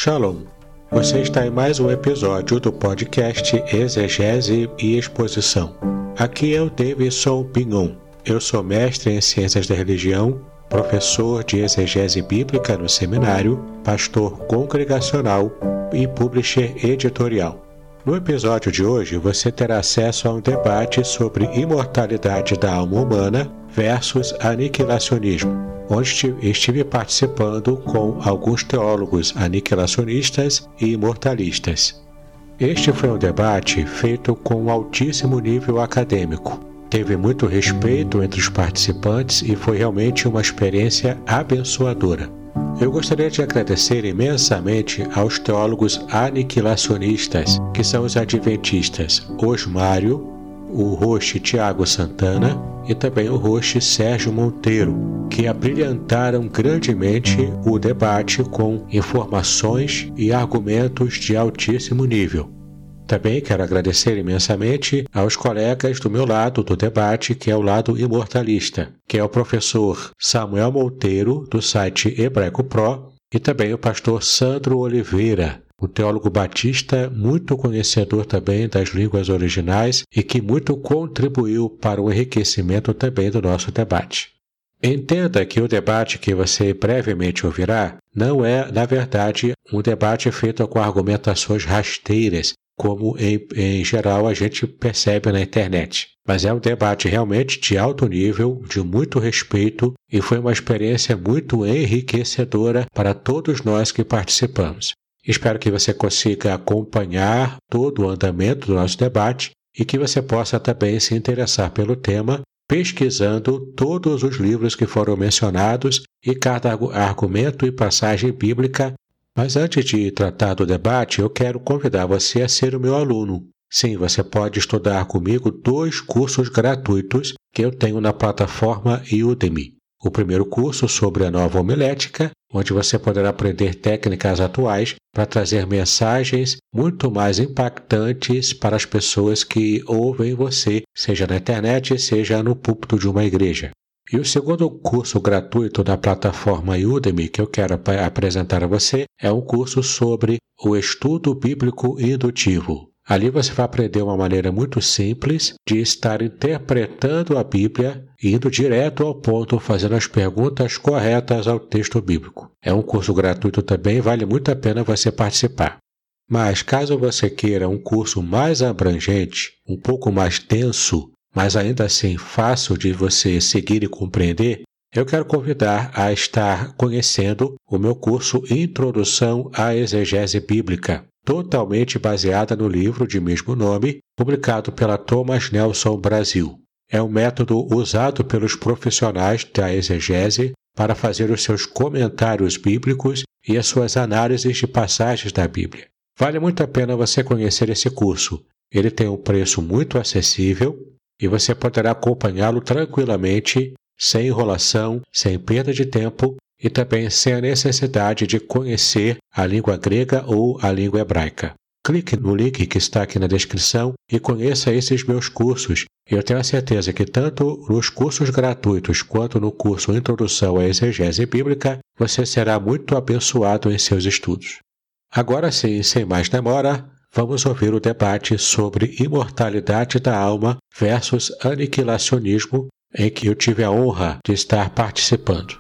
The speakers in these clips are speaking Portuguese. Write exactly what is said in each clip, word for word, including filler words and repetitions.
Shalom! Você está em mais um episódio do podcast Exegese e Exposição. Aqui é o Davidson Pinhon. Eu sou mestre em Ciências da Religião, professor de Exegese Bíblica no seminário, pastor congregacional e publisher editorial. No episódio de hoje, você terá acesso a um debate sobre imortalidade da alma humana versus aniquilacionismo, onde estive participando com alguns teólogos aniquilacionistas e imortalistas. Este foi um debate feito com um altíssimo nível acadêmico. Teve muito respeito entre os participantes e foi realmente uma experiência abençoadora. Eu gostaria de agradecer imensamente aos teólogos aniquilacionistas, que são os adventistas Osmário, o host Tiago Santana e também o host Sérgio Monteiro, que abrilhantaram grandemente o debate com informações e argumentos de altíssimo nível. Também quero agradecer imensamente aos colegas do meu lado do debate, que é o lado imortalista, que é o professor Samuel Monteiro, do site Hebraico Pro, e também o pastor Sandro Oliveira, um teólogo batista muito conhecedor também das línguas originais e que muito contribuiu para o enriquecimento também do nosso debate. Entenda que o debate que você brevemente ouvirá não é, na verdade, um debate feito com argumentações rasteiras, como em, em geral a gente percebe na internet. Mas é um debate realmente de alto nível, de muito respeito, e foi uma experiência muito enriquecedora para todos nós que participamos. Espero que você consiga acompanhar todo o andamento do nosso debate e que você possa também se interessar pelo tema, pesquisando todos os livros que foram mencionados e cada argumento e passagem bíblica. Mas antes de tratar do debate, eu quero convidar você a ser o meu aluno. Sim, você pode estudar comigo dois cursos gratuitos que eu tenho na plataforma Udemy. O primeiro curso sobre a nova homilética, onde você poderá aprender técnicas atuais para trazer mensagens muito mais impactantes para as pessoas que ouvem você, seja na internet, seja no púlpito de uma igreja. E o segundo curso gratuito da plataforma Udemy que eu quero ap- apresentar a você é um curso sobre o estudo bíblico indutivo. Ali você vai aprender uma maneira muito simples de estar interpretando a Bíblia, indo direto ao ponto, fazendo as perguntas corretas ao texto bíblico. É um curso gratuito também, vale muito a pena você participar. Mas caso você queira um curso mais abrangente, um pouco mais denso, mas ainda assim fácil de você seguir e compreender, eu quero convidar a estar conhecendo o meu curso Introdução à Exegese Bíblica, totalmente baseada no livro de mesmo nome, publicado pela Thomas Nelson Brasil. É um método usado pelos profissionais da exegese para fazer os seus comentários bíblicos e as suas análises de passagens da Bíblia. Vale muito a pena você conhecer esse curso. Ele tem um preço muito acessível e você poderá acompanhá-lo tranquilamente, sem enrolação, sem perda de tempo e também sem a necessidade de conhecer a língua grega ou a língua hebraica. Clique no link que está aqui na descrição e conheça esses meus cursos. Eu tenho a certeza que tanto nos cursos gratuitos quanto no curso Introdução à Exegese Bíblica, você será muito abençoado em seus estudos. Agora sim, sem mais demora, vamos ouvir o debate sobre imortalidade da alma versus aniquilacionismo, em que eu tive a honra de estar participando.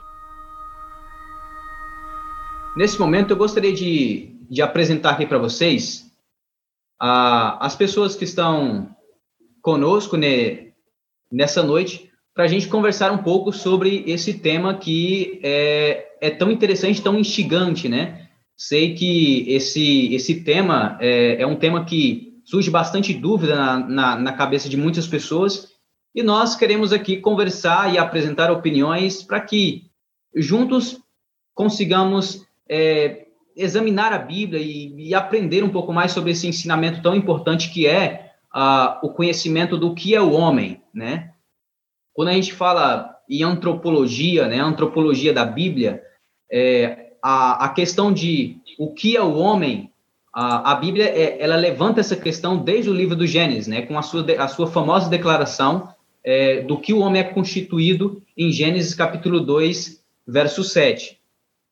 Nesse momento, eu gostaria de, de apresentar aqui para vocês ah, as pessoas que estão conosco ne, nessa noite, para a gente conversar um pouco sobre esse tema que é, é tão interessante, tão instigante, né? Sei que esse, esse tema é, é um tema que surge bastante dúvida na, na, na cabeça de muitas pessoas e nós queremos aqui conversar e apresentar opiniões para que juntos consigamos é, examinar a Bíblia e, e aprender um pouco mais sobre esse ensinamento tão importante que é uh, o conhecimento do que é o homem, né? Quando a gente fala em antropologia, né, a antropologia da Bíblia, é, a, a questão de o que é o homem, a, a Bíblia é, ela levanta essa questão desde o livro do Gênesis, né, com a sua, a sua famosa declaração é, do que o homem é constituído em Gênesis capítulo dois, verso sete.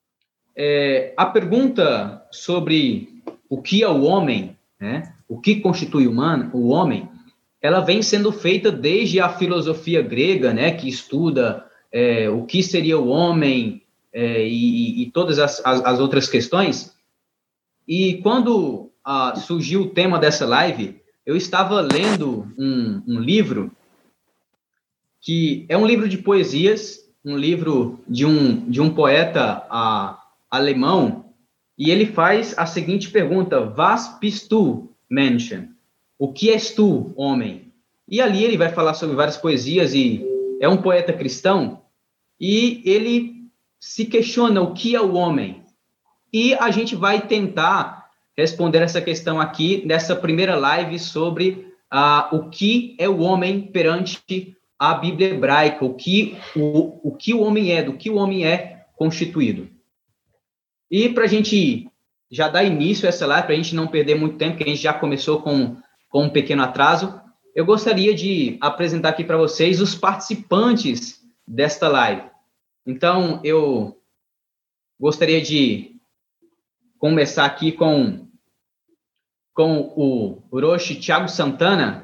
é, a pergunta sobre o que é o homem, né, o que constitui humano, o homem, ela vem sendo feita desde a filosofia grega, né, que estuda é, o que seria o homem é, e, e todas as, as, as outras questões. E quando ah, surgiu o tema dessa live, eu estava lendo um, um livro que é um livro de poesias, um livro de um, de um poeta ah, alemão, e ele faz a seguinte pergunta: Was bist du, Menschen? O que és tu, homem? E ali ele vai falar sobre várias poesias, e é um poeta cristão, e ele se questiona o que é o homem. E a gente vai tentar responder essa questão aqui nessa primeira live sobre ah, o que é o homem perante a Bíblia hebraica, o que o, o que o homem é, do que o homem é constituído. E para a gente já dar início a essa live, para a gente não perder muito tempo, que a gente já começou com, com um pequeno atraso, eu gostaria de apresentar aqui para vocês os participantes desta live. Então, eu gostaria de começar aqui com, com o Uroshi Thiago Santana.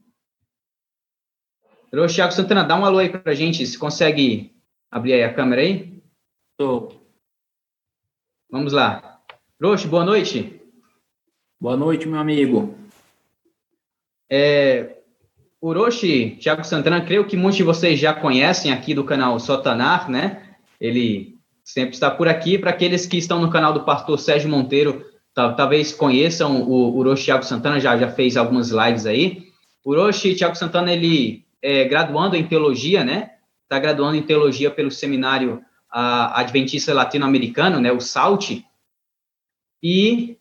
Uroshi Thiago Santana, dá um alô aí para a gente, se consegue abrir aí a câmera aí? Estou. Vamos lá. Uroshi, boa noite. Boa noite, meu amigo. É, Uroshi Thiago Santana, creio que muitos de vocês já conhecem aqui do canal Sotanar, né? Ele sempre está por aqui. Para aqueles que estão no canal do pastor Sérgio Monteiro, talvez conheçam o Uroshi Thiago Santana, já, já fez algumas lives aí. O Uroshi Thiago Santana, ele é graduando em teologia, né? Está graduando em teologia pelo seminário uh, Adventista Latino-Americano, né? O SALT. E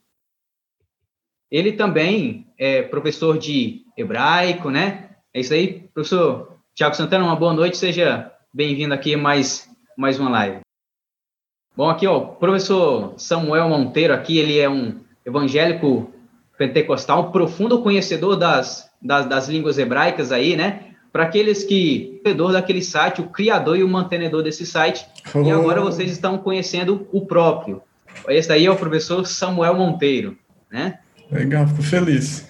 ele também é professor de hebraico, né? É isso aí, professor Thiago Santana, uma boa noite, seja bem-vindo aqui a mais, mais uma live. Bom, aqui, ó, o professor Samuel Monteiro, aqui, ele é um evangélico pentecostal, um profundo conhecedor das, das, das línguas hebraicas aí, né? Para aqueles que, criador daquele site, o criador e o mantenedor desse site, oh. E agora vocês estão conhecendo o próprio. Esse daí é o professor Samuel Monteiro, né? Legal, fico feliz.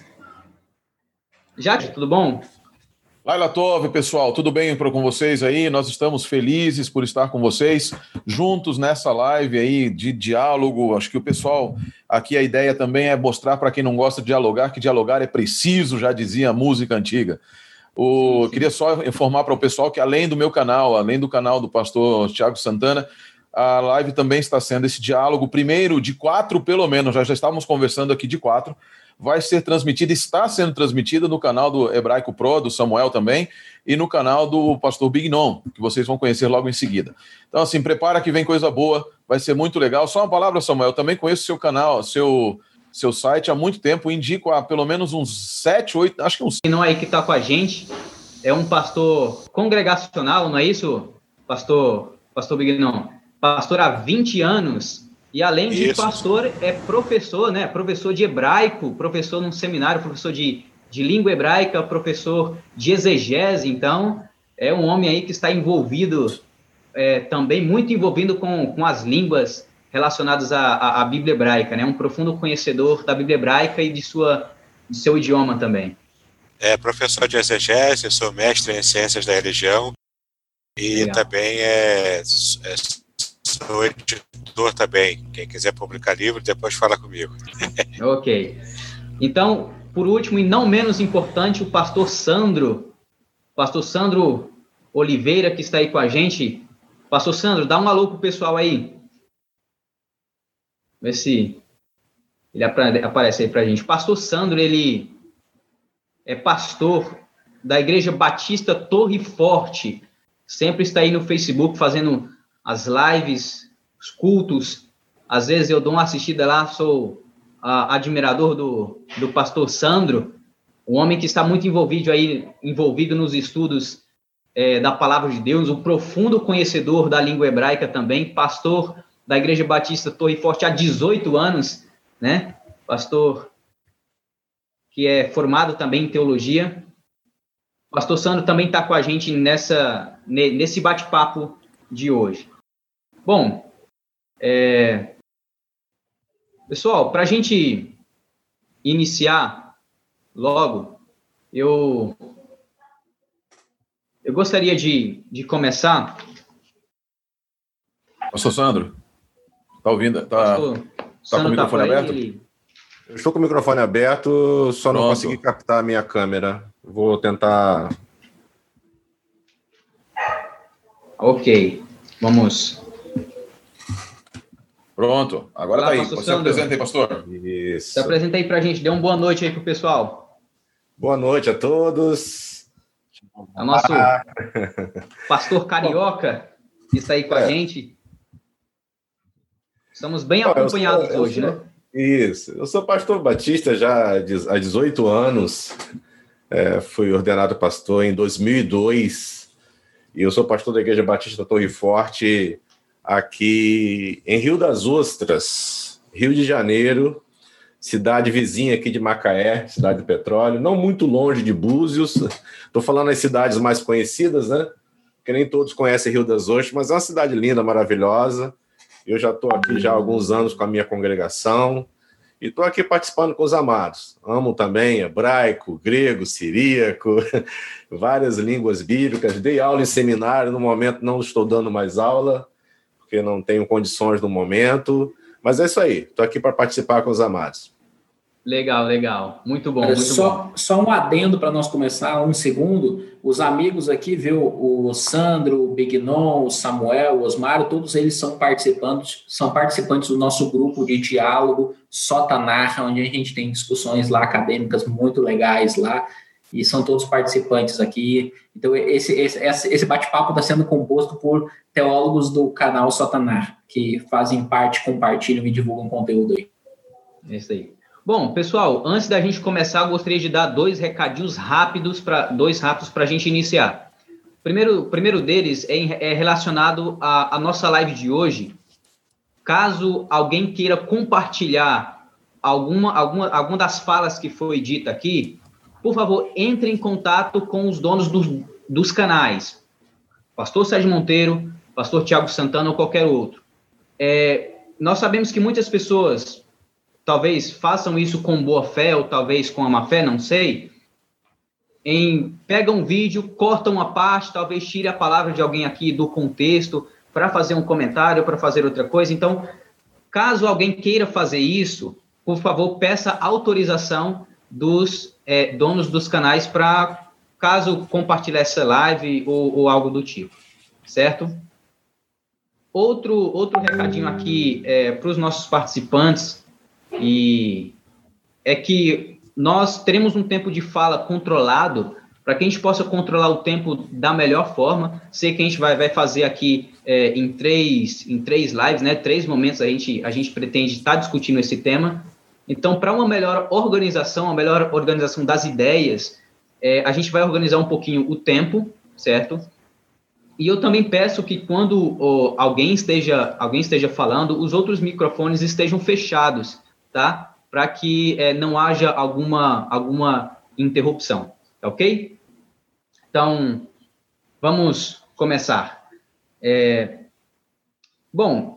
Jade, tudo bom? Laila Tove, pessoal, tudo bem com vocês aí? Nós estamos felizes por estar com vocês juntos nessa live aí de diálogo. Acho que o pessoal, aqui a ideia também é mostrar para quem não gosta de dialogar que dialogar é preciso, já dizia a música antiga. O, sim, sim. Queria só informar para o pessoal que além do meu canal, além do canal do pastor Thiago Santana, a live também está sendo esse diálogo, primeiro de quatro pelo menos, já, já estávamos conversando aqui de quatro, vai ser transmitida, está sendo transmitida no canal do Hebraico Pro, do Samuel também, e no canal do pastor Bignon, que vocês vão conhecer logo em seguida. Então, assim, prepara que vem coisa boa, vai ser muito legal. Só uma palavra, Samuel, eu também conheço seu canal, seu, seu site há muito tempo, indico há pelo menos uns sete, oito, acho que uns... E não aí que está com a gente, é um pastor congregacional, não é isso, pastor, pastor Bignon? Pastor há vinte anos, e além de Isso. pastor, é professor, né? Professor de hebraico, professor num seminário, professor de, de língua hebraica, professor de exegese. Então, é um homem aí que está envolvido, é, também muito envolvido com, com as línguas relacionadas à, à, à Bíblia hebraica, né? Um profundo conhecedor da Bíblia hebraica e de, sua, de seu idioma também. É professor de exegese, sou mestre em ciências da religião e Legal. também é... é sou editor também. Quem quiser publicar livro, depois fala comigo. Ok. Então, por último, e não menos importante, o pastor Sandro, pastor Sandro Oliveira, que está aí com a gente. Pastor Sandro, dá um alô pro pessoal aí. Vê se ele aparece aí pra gente. O pastor Sandro, ele é pastor da Igreja Batista Torre Forte. Sempre está aí no Facebook fazendo as lives, os cultos. Às vezes eu dou uma assistida lá, sou uh, admirador do, do pastor Sandro, um homem que está muito envolvido aí, envolvido nos estudos é, da palavra de Deus, um profundo conhecedor da língua hebraica também, pastor da Igreja Batista Torre Forte há dezoito anos, né? Pastor que é formado também em teologia. O pastor Sandro também está com a gente nessa, nesse bate-papo de hoje. Bom, É... Pessoal, para a gente iniciar logo, eu, eu gostaria de, de começar... Pastor Sandro, tá ouvindo? Tá, Pastor, tá Sandro com o microfone tá aberto? ele... Eu estou com o microfone aberto, só não Pronto. consegui captar a minha câmera. Vou tentar... Ok, vamos... Pronto, agora Olá, tá aí. pastor Você Sandro. apresenta aí, pastor. Isso. Se apresenta aí para a gente, dê uma boa noite aí pro pessoal. Boa noite a todos. É o nosso pastor carioca que está aí com a É. gente. Estamos bem Ó, eu acompanhados sou- eu hoje, sou- né? Isso. Eu sou pastor batista já há dezoito anos. É, fui ordenado pastor em dois mil e dois. E eu sou pastor da Igreja Batista Torre Forte, aqui em Rio das Ostras, Rio de Janeiro, cidade vizinha aqui de Macaé, cidade de petróleo, não muito longe de Búzios. Estou falando das cidades mais conhecidas, né? Porque nem todos conhecem Rio das Ostras, mas é uma cidade linda, maravilhosa. Eu já estou aqui já há alguns anos com a minha congregação e estou aqui participando com os amados. Amo também hebraico, grego, siríaco, várias línguas bíblicas. Dei aula em seminário, no momento não estou dando mais aula, porque não tenho condições no momento. Mas é isso aí, estou aqui para participar com os amados. Legal, legal. Muito bom, Olha, muito bom. só, só um adendo para nós começar, um segundo. Os amigos aqui, viu? O Sandro, o Bignon, o Samuel, o Osmário, todos eles são participantes, são participantes do nosso grupo de diálogo Sotanar, onde a gente tem discussões lá acadêmicas muito legais lá, e são todos participantes aqui. Então, esse, esse, esse bate-papo está sendo composto por teólogos do canal Sotanar, que fazem parte, compartilham e divulgam conteúdo aí. É isso aí. Bom, pessoal, antes da gente começar, eu gostaria de dar dois recadinhos rápidos para dois rápidos para a gente iniciar. Primeiro, primeiro deles é, é relacionado à, à nossa live de hoje. Caso alguém queira compartilhar alguma, alguma, alguma das falas que foi dita aqui, por favor, entre em contato com os donos dos, dos canais. Pastor Sérgio Monteiro, Pastor Tiago Santana ou qualquer outro. É, nós sabemos que muitas pessoas talvez façam isso com boa fé ou talvez com a má fé, não sei, em, pegam um vídeo, cortam uma parte, talvez tire a palavra de alguém aqui do contexto para fazer um comentário, para fazer outra coisa. Então, caso alguém queira fazer isso, por favor, peça autorização dos é, donos dos canais para, caso compartilhar essa live ou, ou algo do tipo, certo? Outro, outro recadinho aqui é, para os nossos participantes, e é que nós teremos um tempo de fala controlado para que a gente possa controlar o tempo da melhor forma. Sei que a gente vai, vai fazer aqui é, em, três, em três lives, né? Três momentos a gente, a gente pretende estar discutindo esse tema. Então, para uma melhor organização, uma melhor organização das ideias, é, a gente vai organizar um pouquinho o tempo, certo? E eu também peço que quando ó, alguém, esteja, alguém esteja falando, os outros microfones estejam fechados, tá? Para que é, não haja alguma, alguma interrupção, tá ok? Então, vamos começar. É, bom,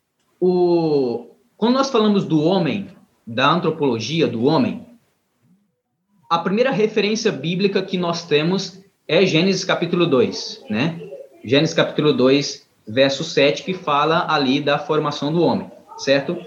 o, quando nós falamos do homem, da antropologia do homem, a primeira referência bíblica que nós temos é Gênesis capítulo dois, né? Gênesis capítulo dois, verso sete, que fala ali da formação do homem, certo?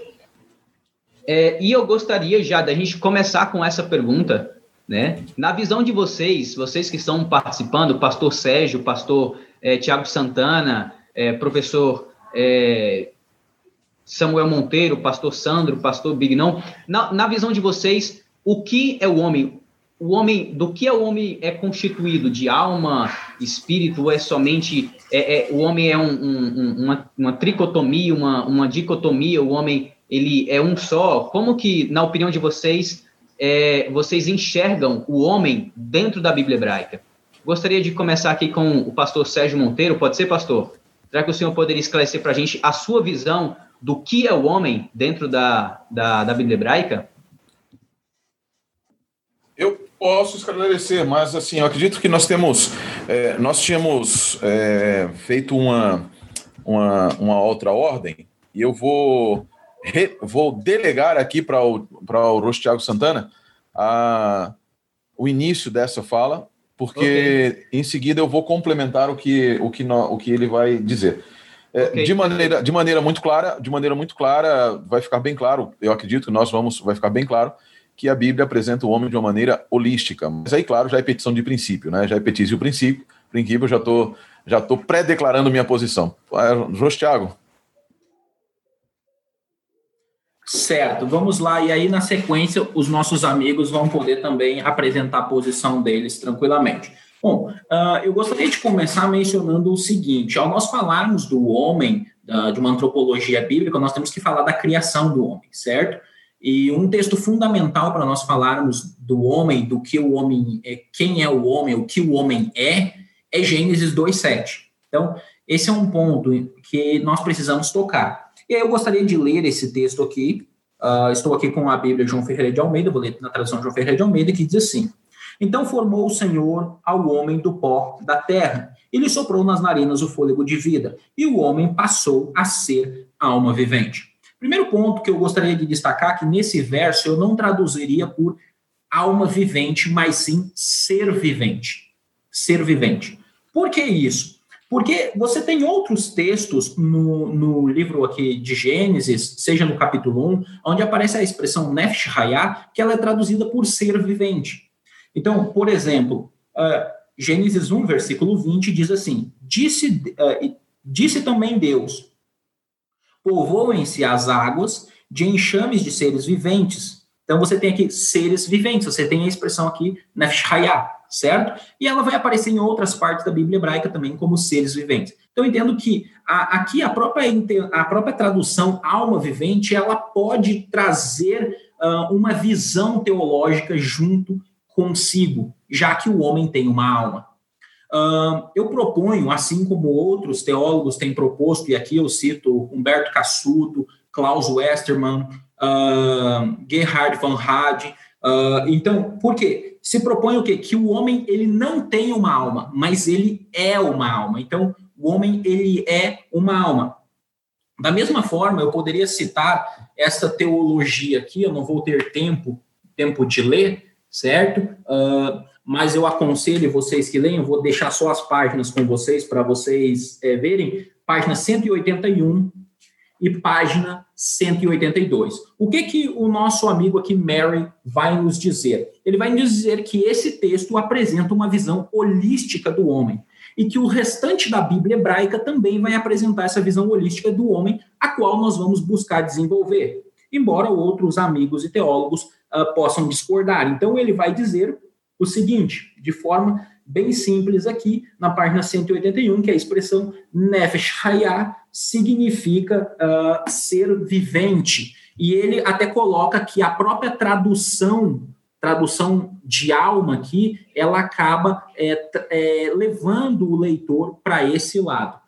É, e eu gostaria já da gente começar com essa pergunta, né? Na visão de vocês, vocês que estão participando, pastor Sérgio, pastor é, Tiago Santana, é, professor é, Samuel Monteiro, pastor Sandro, pastor Bignon, na, na visão de vocês, o que é o homem? O homem, do que é o homem é constituído? De alma, espírito, ou é somente, é, é, o homem é um, um, uma, uma tricotomia, uma, uma dicotomia, o homem, ele é um só? Como que, na opinião de vocês, é, vocês enxergam o homem dentro da Bíblia hebraica? Gostaria de começar aqui com o pastor Sérgio Monteiro, pode ser, pastor? Será que o senhor poderia esclarecer para a gente a sua visão do que é o homem dentro da, da, da Bíblia hebraica? Eu posso esclarecer, mas assim, eu acredito que nós temos, é, nós tínhamos é, feito uma, uma, uma outra ordem, E eu vou, re, vou delegar aqui para o, para o Roxo Thiago Santana a, o início dessa fala, porque okay. em seguida eu vou complementar o que, o que, no, o que ele vai dizer. É, okay. de, maneira, de maneira muito clara, de maneira muito clara, vai ficar bem claro, eu acredito que nós vamos, vai ficar bem claro que a Bíblia apresenta o homem de uma maneira holística. Mas aí, claro, já é petição de princípio, né? Já é petício de princípio, princípio eu já estou já tô pré-declarando minha posição. Roxo Thiago. Certo, vamos lá. E aí, na sequência, os nossos amigos vão poder também apresentar a posição deles tranquilamente. Bom, uh, eu gostaria de começar mencionando o seguinte: ao nós falarmos do homem, uh, de uma antropologia bíblica, nós temos que falar da criação do homem, certo? E um texto fundamental para nós falarmos do homem, do que o homem é, quem é o homem, o que o homem é, é Gênesis dois, sete. Então, esse é um ponto que nós precisamos tocar. E aí eu gostaria de ler esse texto aqui. Uh, estou aqui com a Bíblia João Ferreira de Almeida, vou ler na tradução João Ferreira de Almeida, que diz assim: então formou o Senhor ao homem do pó da terra, e lhe soprou nas narinas o fôlego de vida, e o homem passou a ser alma vivente. Primeiro ponto que eu gostaria de destacar, que nesse verso eu não traduziria por alma vivente, mas sim ser vivente. Ser vivente. Por que isso? Porque você tem outros textos no, no livro aqui de Gênesis, seja no capítulo um, onde aparece a expressão Nefesh Hayah, que ela é traduzida por ser vivente. Então, por exemplo, uh, Gênesis um, versículo vinte, diz assim: disse, uh, disse também Deus, povoem-se as águas de enxames de seres viventes. Então, você tem aqui seres viventes, você tem a expressão aqui, Nefesh Hayah, certo? E ela vai aparecer em outras partes da Bíblia hebraica também como seres viventes. Então, eu entendo que a, aqui a própria, a própria tradução alma vivente, ela pode trazer uh, uma visão teológica junto consigo, já que o homem tem uma alma. Uh, eu proponho, assim como outros teólogos têm proposto, e aqui eu cito Humberto Cassuto, Klaus Westermann, uh, Gerhard von Rad. Uh, então, por quê? Se propõe o quê? Que o homem ele não tem uma alma, mas ele é uma alma. Então, o homem ele é uma alma. Da mesma forma, eu poderia citar essa teologia aqui, eu não vou ter tempo, tempo de ler, certo? Uh, mas eu aconselho vocês que leiam, vou deixar só as páginas com vocês, para vocês é, verem, página cento e oitenta e um e página cento e oitenta e dois. O que que o nosso amigo aqui, Mary, vai nos dizer? Ele vai nos dizer que esse texto apresenta uma visão holística do homem, e que o restante da Bíblia hebraica também vai apresentar essa visão holística do homem, a qual nós vamos buscar desenvolver, embora outros amigos e teólogos uh, possam discordar. Então, ele vai dizer o seguinte, de forma bem simples aqui, na página cento e oitenta e um, que a expressão Nefesh Hayah significa uh, ser vivente. E ele até coloca que a própria tradução, tradução de alma aqui, ela acaba é, é, levando o leitor para esse lado.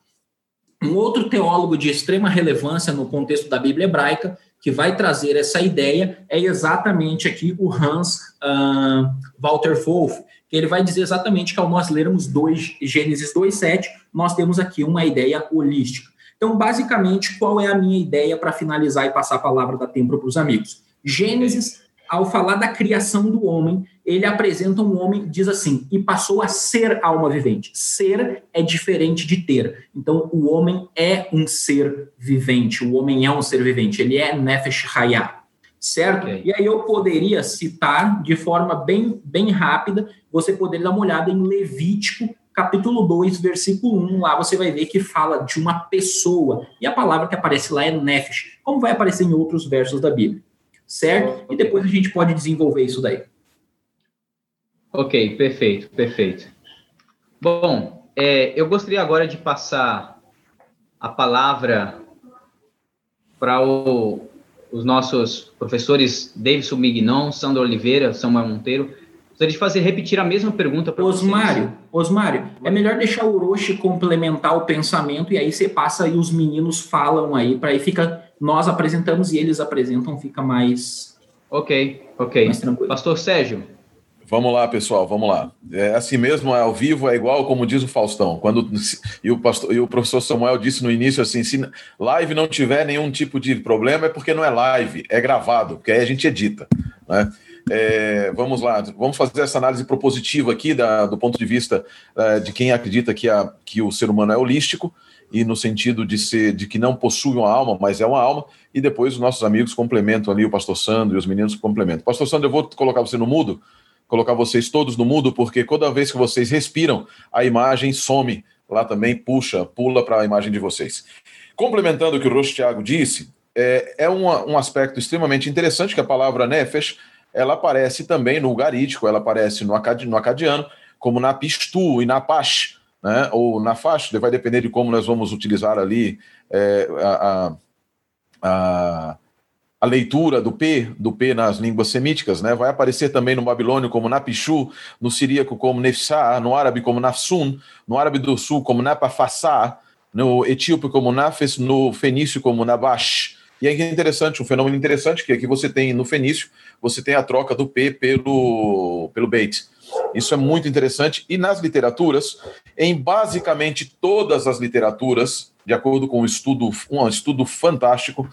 Um outro teólogo de extrema relevância no contexto da Bíblia hebraica, que vai trazer essa ideia, é exatamente aqui o Hans uh, Walter Wolff, que ele vai dizer exatamente que ao nós lermos dois, Gênesis dois, sete, nós temos aqui uma ideia holística. Então, basicamente, qual é a minha ideia para finalizar e passar a palavra da tempo para os amigos? Gênesis, ao falar da criação do homem, ele apresenta um homem, diz assim, e passou a ser alma vivente. Ser é diferente de ter. Então, o homem é um ser vivente. O homem é um ser vivente. Ele é Nefesh Hayah. Certo? Okay. E aí eu poderia citar, de forma bem, bem rápida, você poderia dar uma olhada em Levítico, capítulo dois, versículo um. Lá você vai ver que fala de uma pessoa. E a palavra que aparece lá é Nefesh, como vai aparecer em outros versos da Bíblia. Certo? E depois a gente pode desenvolver isso daí. Ok, perfeito, perfeito. Bom, é, eu gostaria agora de passar a palavra para o, os nossos professores Davidson Mignon, Sandro Oliveira, Samuel Monteiro. Gostaria de fazer, repetir a mesma pergunta para vocês. Osmário, Osmário, é melhor deixar o Orochi complementar o pensamento e aí você passa e os meninos falam aí, para aí fica, nós apresentamos e eles apresentam, fica mais... Ok, ok. Mais tranquilo. Pastor Sérgio. Vamos lá, pessoal, vamos lá. É assim mesmo, ao vivo é igual, como diz o Faustão. Quando, e, o pastor, e o professor Samuel disse no início assim, se live não tiver nenhum tipo de problema é porque não é live, é gravado, porque aí a gente edita, né? É, vamos lá, vamos fazer essa análise propositiva aqui da, do ponto de vista é, de quem acredita que, a, que o ser humano é holístico, e no sentido de, ser, de que não possui uma alma, mas é uma alma, e depois os nossos amigos complementam ali, o pastor Sandro e os meninos complementam. Pastor Sandro, eu vou colocar você no mudo, colocar vocês todos no mudo, porque toda vez que vocês respiram, a imagem some lá também, puxa, pula para a imagem de vocês. Complementando o que o Rosh Thiago disse, é, é um, um aspecto extremamente interessante que a palavra nefesh, ela aparece também no ugarítico, ela aparece no, acad, no acadiano, como na pistu e na pash, né? Ou na fash, vai depender de como nós vamos utilizar ali é, a, a, a leitura do P, do P nas línguas semíticas, né? Vai aparecer também no babilônio como na pichu, no siríaco como nefsá, no árabe como nafsun, no árabe do sul como napafassá, no etíope como nafes, no fenício como nabash. E é interessante, um fenômeno interessante, que aqui você tem no fenício, você tem a troca do P pelo, pelo Beit. Isso é muito interessante. E nas literaturas, em basicamente todas as literaturas, de acordo com um estudo, um estudo fantástico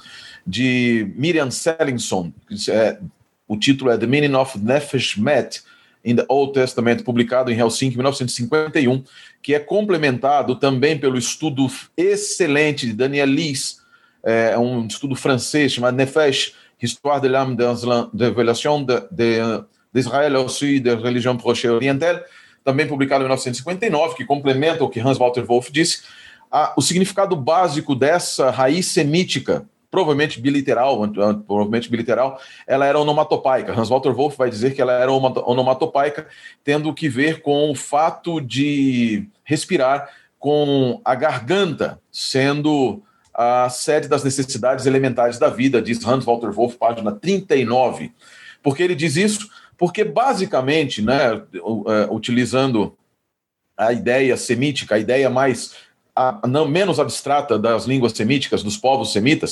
de Miriam Sellinson, é, o título é The Meaning of Nefesh Met in the Old Testament, publicado em Helsinki, em mil novecentos e cinquenta e um, que é complementado também pelo estudo excelente de Daniel Lees, é um estudo francês chamado Nefesh, Histoire de l'âme dans la révélation de, de, d'Israël aussi de religião proche orientale, também publicado em mil novecentos e cinquenta e nove, que complementa o que Hans Walter Wolff disse. Ah, o significado básico dessa raiz semítica, provavelmente biliteral, provavelmente biliteral, ela era onomatopaica. Hans Walter Wolff vai dizer que ela era onomatopaica, tendo que ver com o fato de respirar com a garganta sendo a sede das necessidades elementares da vida, diz Hans Walter Wolff, página trinta e nove. Por que ele diz isso? Porque, basicamente, né, utilizando a ideia semítica, a ideia mais, a, não, menos abstrata das línguas semíticas, dos povos semitas,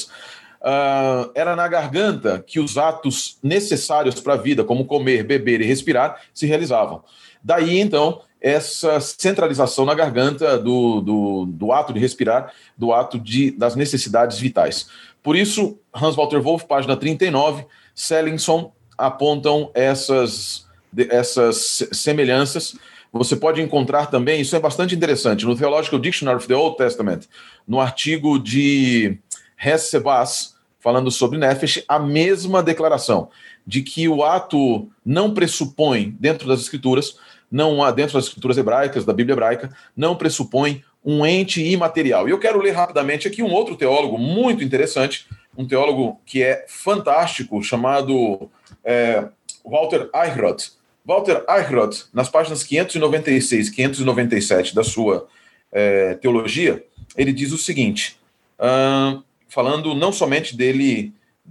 uh, era na garganta que os atos necessários para a vida, como comer, beber e respirar, se realizavam. Daí, então, essa centralização na garganta do, do, do ato de respirar, do ato de, das necessidades vitais. Por isso, Hans Walter Wolff, página trinta e nove, Sellinson apontam essas, essas semelhanças. Você pode encontrar também, isso é bastante interessante, no Theological Dictionary of the Old Testament, no artigo de Hess Sebas, falando sobre Nefesh, a mesma declaração de que o ato não pressupõe, dentro das escrituras, não há, dentro das escrituras hebraicas, da Bíblia hebraica, não pressupõe um ente imaterial. E eu quero ler rapidamente aqui um outro teólogo muito interessante, um teólogo que é fantástico, chamado é, Walter Eichrodt. Walter Eichrodt, nas páginas quinhentos e noventa e seis, quinhentos e noventa e sete da sua é, teologia, ele diz o seguinte, uh, falando não somente dele,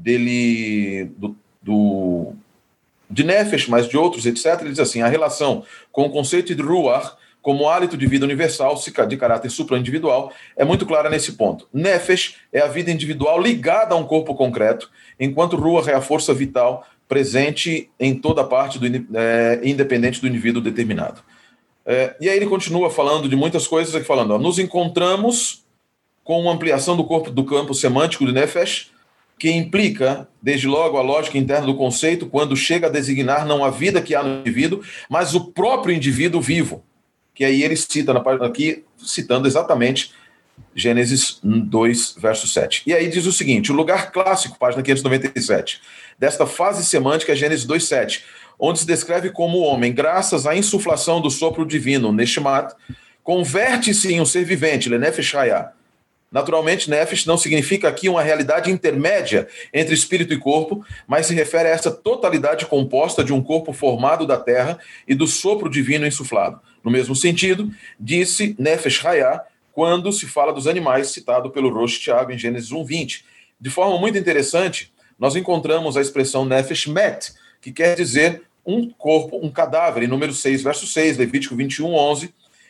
dele do, do de Nefesh, mas de outros, etcétera, ele diz assim, a relação com o conceito de Ruach como hálito de vida universal, de caráter supra-individual, é muito clara nesse ponto. Nefesh é a vida individual ligada a um corpo concreto, enquanto Ruach é a força vital presente em toda parte, do, é, independente do indivíduo determinado. É, e aí ele continua falando de muitas coisas, aqui falando, ó, nos encontramos com uma ampliação do corpo do campo semântico de Nefesh, que implica, desde logo, a lógica interna do conceito, quando chega a designar não a vida que há no indivíduo, mas o próprio indivíduo vivo, que aí ele cita na página aqui, citando exatamente Gênesis dois, verso sete. E aí diz o seguinte, o lugar clássico, página quinhentos e noventa e sete, desta fase semântica é Gênesis dois, sete, onde se descreve como o homem, graças à insuflação do sopro divino, Neshmat, converte-se em um ser vivente, Lenefesh Hayah. Naturalmente, Nefesh não significa aqui uma realidade intermédia entre espírito e corpo, mas se refere a essa totalidade composta de um corpo formado da terra e do sopro divino insuflado. No mesmo sentido, disse Nefesh Hayah quando se fala dos animais, citado pelo Rosh Thiago em Gênesis um, vinte. De forma muito interessante, nós encontramos a expressão Nefesh Met, que quer dizer um corpo, um cadáver, em número seis, verso seis, Levítico vinte e um, onze,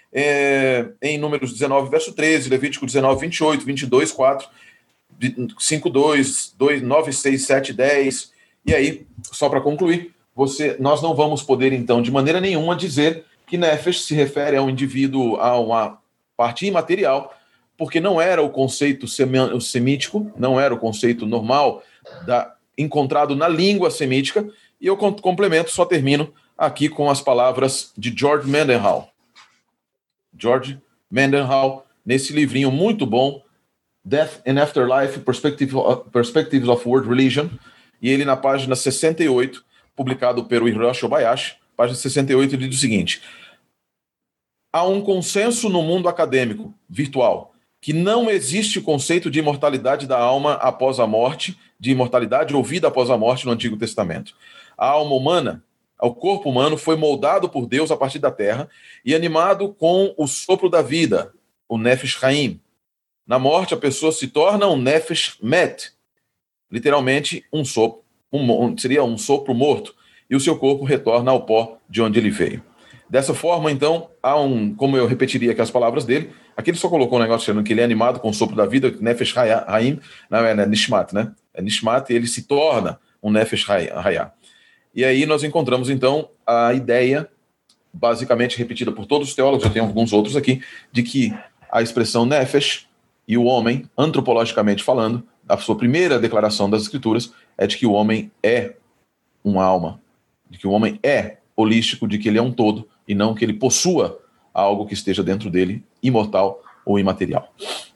É, em Números dezenove, verso treze, Levítico dezenove, vinte e oito, vinte e dois, quatro, cinco, dois, dois, nove, seis, sete, dez. E aí, só para concluir, você, nós não vamos poder, então, de maneira nenhuma, dizer que Nefesh se refere a um indivíduo, a uma parte imaterial, porque não era o conceito semítico, não era o conceito normal da, encontrado na língua semítica, e eu complemento, só termino aqui com as palavras de George Mendenhall. George Mendenhall, nesse livrinho muito bom, Death and Afterlife, Perspectives of World Religion, e ele na página sessenta e oito, publicado pelo Hiroshi Obayashi, página sessenta e oito, ele diz o seguinte: há um consenso no mundo acadêmico virtual que não existe o conceito de imortalidade da alma após a morte, de imortalidade ou vida após a morte no Antigo Testamento. A alma humana, o corpo humano, foi moldado por Deus a partir da terra e animado com o sopro da vida, o Nefesh Haim. Na morte, a pessoa se torna um Nefesh Met, literalmente um sopro, um, seria um sopro morto, e o seu corpo retorna ao pó de onde ele veio. Dessa forma, então, há um, como eu repetiria aqui as palavras dele, aqui ele só colocou um negócio dizendo que ele é animado com o sopro da vida, Nefesh Haim, não é, é Nishmat, né? É Nishmat, e ele se torna um Nefesh Hayah. E aí nós encontramos, então, a ideia, basicamente repetida por todos os teólogos, eu tenho alguns outros aqui, de que a expressão Nefesh e o homem, antropologicamente falando, a sua primeira declaração das Escrituras é de que o homem é uma alma, de que o homem é holístico, de que ele é um todo, e não que ele possua algo que esteja dentro dele, imortal ou imaterial.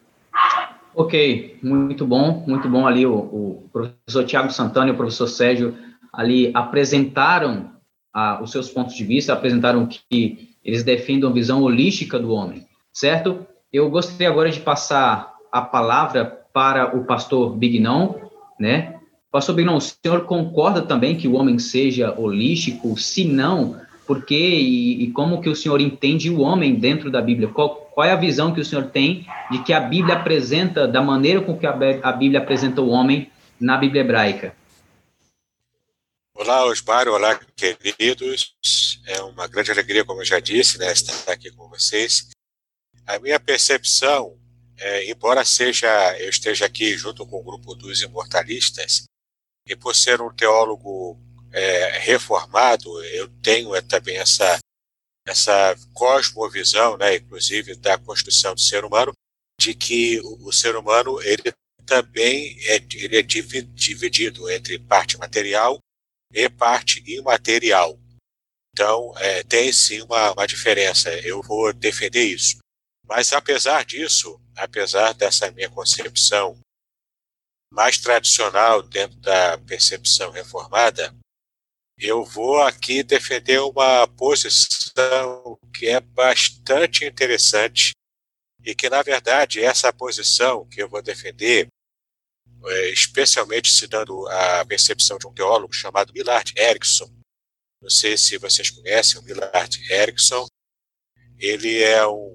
Ok, muito bom, muito bom ali o, o professor Tiago Santana e o professor Sérgio ali apresentaram ah, os seus pontos de vista, apresentaram que eles defendem a visão holística do homem, certo? Eu gostaria agora de passar a palavra para o pastor Bignon, né? Pastor Bignon, o senhor concorda também que o homem seja holístico? Se não, por quê e, e como que o senhor entende o homem dentro da Bíblia? Qual, qual é a visão que o senhor tem de que a Bíblia apresenta, da maneira com que a, a Bíblia apresenta o homem na Bíblia hebraica? Olá, Osmar, olá, queridos. É uma grande alegria, como eu já disse, né, estar aqui com vocês. A minha percepção, é, embora seja eu esteja aqui junto com o grupo dos imortalistas, e por ser um teólogo é, reformado, eu tenho é, também essa, essa cosmovisão, né, inclusive da construção do ser humano, de que o, o ser humano ele também é, ele é dividido entre parte material e parte imaterial. Então, é, tem sim uma, uma diferença, eu vou defender isso. Mas, apesar disso, apesar dessa minha concepção mais tradicional dentro da percepção reformada, eu vou aqui defender uma posição que é bastante interessante e que, na verdade, essa posição que eu vou defender, especialmente citando a percepção de um teólogo chamado Millard Erickson. Não sei se vocês conhecem o Millard Erickson. Ele é um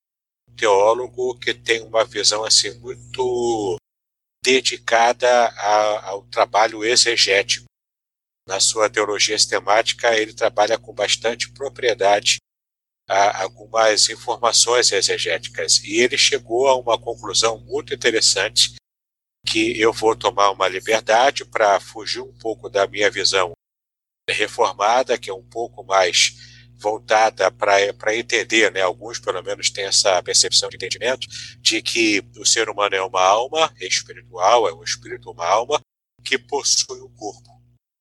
teólogo que tem uma visão assim muito dedicada a, ao trabalho exegético. Na sua teologia sistemática, ele trabalha com bastante propriedade a algumas informações exegéticas. E ele chegou a uma conclusão muito interessante, que eu vou tomar uma liberdade para fugir um pouco da minha visão reformada, que é um pouco mais voltada para entender, né? Alguns pelo menos têm essa percepção de entendimento, de que o ser humano é uma alma espiritual, é um espírito, uma alma, que possui um corpo.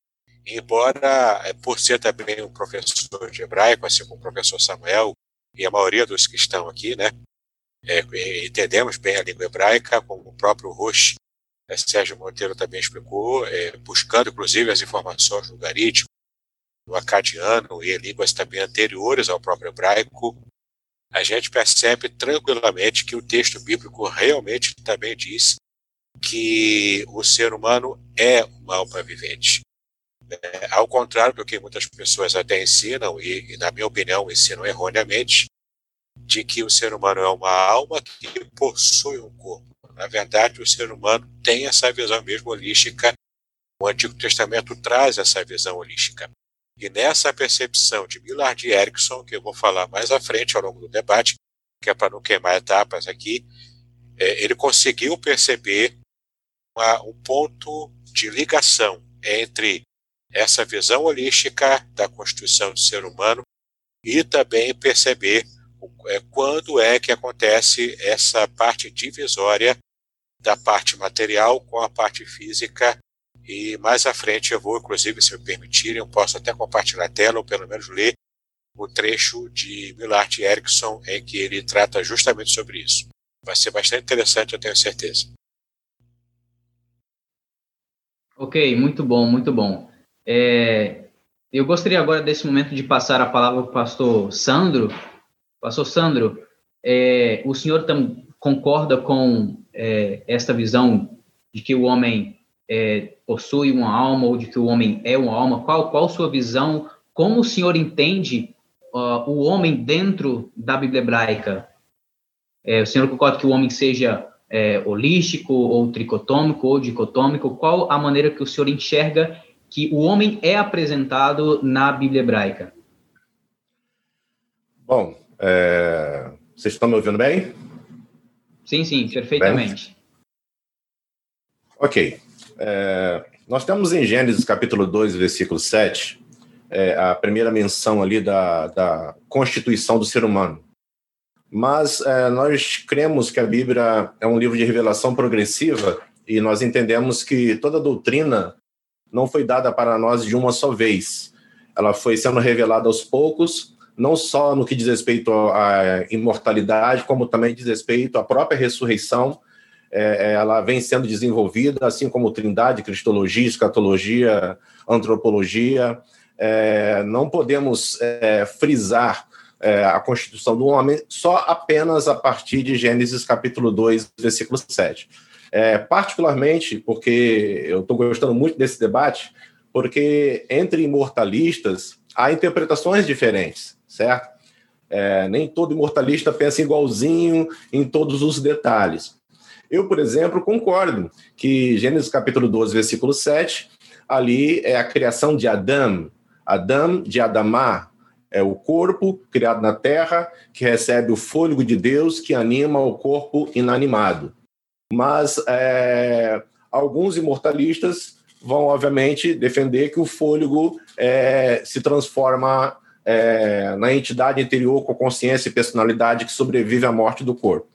Embora, por ser também um professor de hebraico, assim como o professor Samuel e a maioria dos que estão aqui, né? É, entendemos bem a língua hebraica, como o próprio Rosh É, Sérgio Monteiro também explicou, é, buscando inclusive as informações no garítico, no acadiano e em línguas também anteriores ao próprio hebraico, a gente percebe tranquilamente que o texto bíblico realmente também diz que o ser humano é uma alma vivente. É, ao contrário do que muitas pessoas até ensinam, e, e na minha opinião ensinam erroneamente, de que o ser humano é uma alma que possui um corpo. Na verdade, o ser humano tem essa visão mesmo holística. O Antigo Testamento traz essa visão holística. E nessa percepção de Millard Erickson, que eu vou falar mais à frente ao longo do debate, que é para não queimar etapas aqui, é, ele conseguiu perceber uma, um ponto de ligação entre essa visão holística da constituição do ser humano e também perceber é, quando é que acontece essa parte divisória da parte material com a parte física. E mais à frente eu vou, inclusive, se me permitirem, eu posso até compartilhar a tela ou pelo menos ler o trecho de Millard Erickson em que ele trata justamente sobre isso. Vai ser bastante interessante, eu tenho certeza. Ok, muito bom, muito bom. É, eu gostaria agora desse momento de passar a palavra para o pastor Sandro. Pastor Sandro, é, o senhor tam, concorda com é, esta visão de que o homem é, possui uma alma ou de que o homem é uma alma? Qual, qual sua visão? Como o senhor entende uh, o homem dentro da Bíblia hebraica? É, o senhor concorda que o homem seja é, holístico ou tricotômico ou dicotômico? Qual a maneira que o senhor enxerga que o homem é apresentado na Bíblia hebraica? Bom, é... vocês estão me ouvindo bem? Sim, sim, perfeitamente. Bem? Ok. É... Nós temos em Gênesis capítulo dois, versículo sete, é, a primeira menção ali da, da constituição do ser humano. Mas é, nós cremos que a Bíblia é um livro de revelação progressiva e nós entendemos que toda doutrina não foi dada para nós de uma só vez. Ela foi sendo revelada aos poucos, não só no que diz respeito à imortalidade, como também diz respeito à própria ressurreição. É, ela vem sendo desenvolvida, assim como trindade, cristologia, escatologia, antropologia. É, não podemos é, frisar é, a constituição do homem só apenas a partir de Gênesis capítulo dois, versículo sete. É, particularmente porque eu estou gostando muito desse debate, porque entre imortalistas há interpretações diferentes, certo? É, nem todo imortalista pensa igualzinho em todos os detalhes. Eu, por exemplo, concordo que Gênesis capítulo doze, versículo sete, ali é a criação de Adão, Adão de Adamá, é o corpo criado na terra que recebe o fôlego de Deus que anima o corpo inanimado. Mas é, alguns imortalistas vão, obviamente, defender que o fôlego é, se transforma é, na entidade interior com consciência e personalidade que sobrevive à morte do corpo.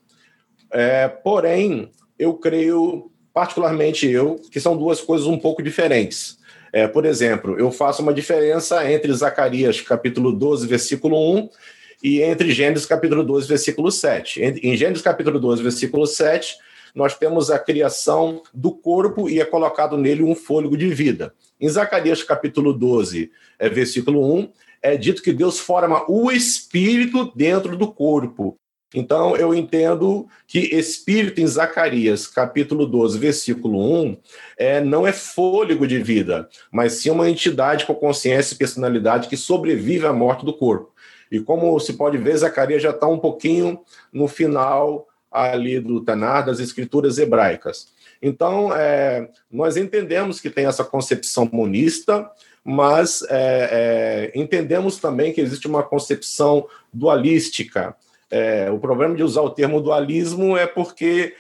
É, porém, eu creio, particularmente eu, que são duas coisas um pouco diferentes. É, por exemplo, eu faço uma diferença entre Zacarias, capítulo doze, versículo um, e entre Gênesis, capítulo doze, versículo sete. Em Gênesis, capítulo doze, versículo sete, nós temos a criação do corpo e é colocado nele um fôlego de vida. Em Zacarias, capítulo doze, é, versículo um, é dito que Deus forma o espírito dentro do corpo. Então, eu entendo que espírito em Zacarias, capítulo doze, versículo um, é, não é fôlego de vida, mas sim uma entidade com consciência e personalidade que sobrevive à morte do corpo. E como se pode ver, Zacarias já está um pouquinho no final ali do Tanar, das escrituras hebraicas. Então, é, nós entendemos que tem essa concepção monista, mas é, é, entendemos também que existe uma concepção dualística. É, o problema de usar o termo dualismo é porque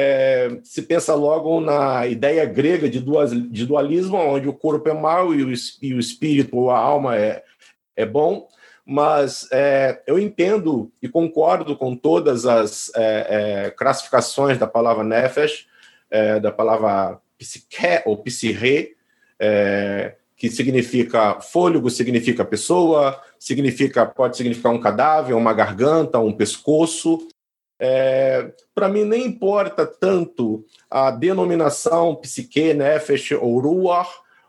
é, se pensa logo na ideia grega de, duas, de dualismo, onde o corpo é mau e o, e o espírito ou a alma é, é bom. Mas é, eu entendo e concordo com todas as é, é, classificações da palavra nefesh, é, da palavra psique ou psirre, é, que significa fôlego, significa pessoa, significa, pode significar um cadáver, uma garganta, um pescoço. É, para mim, nem importa tanto a denominação psique, nefesh ou ruach,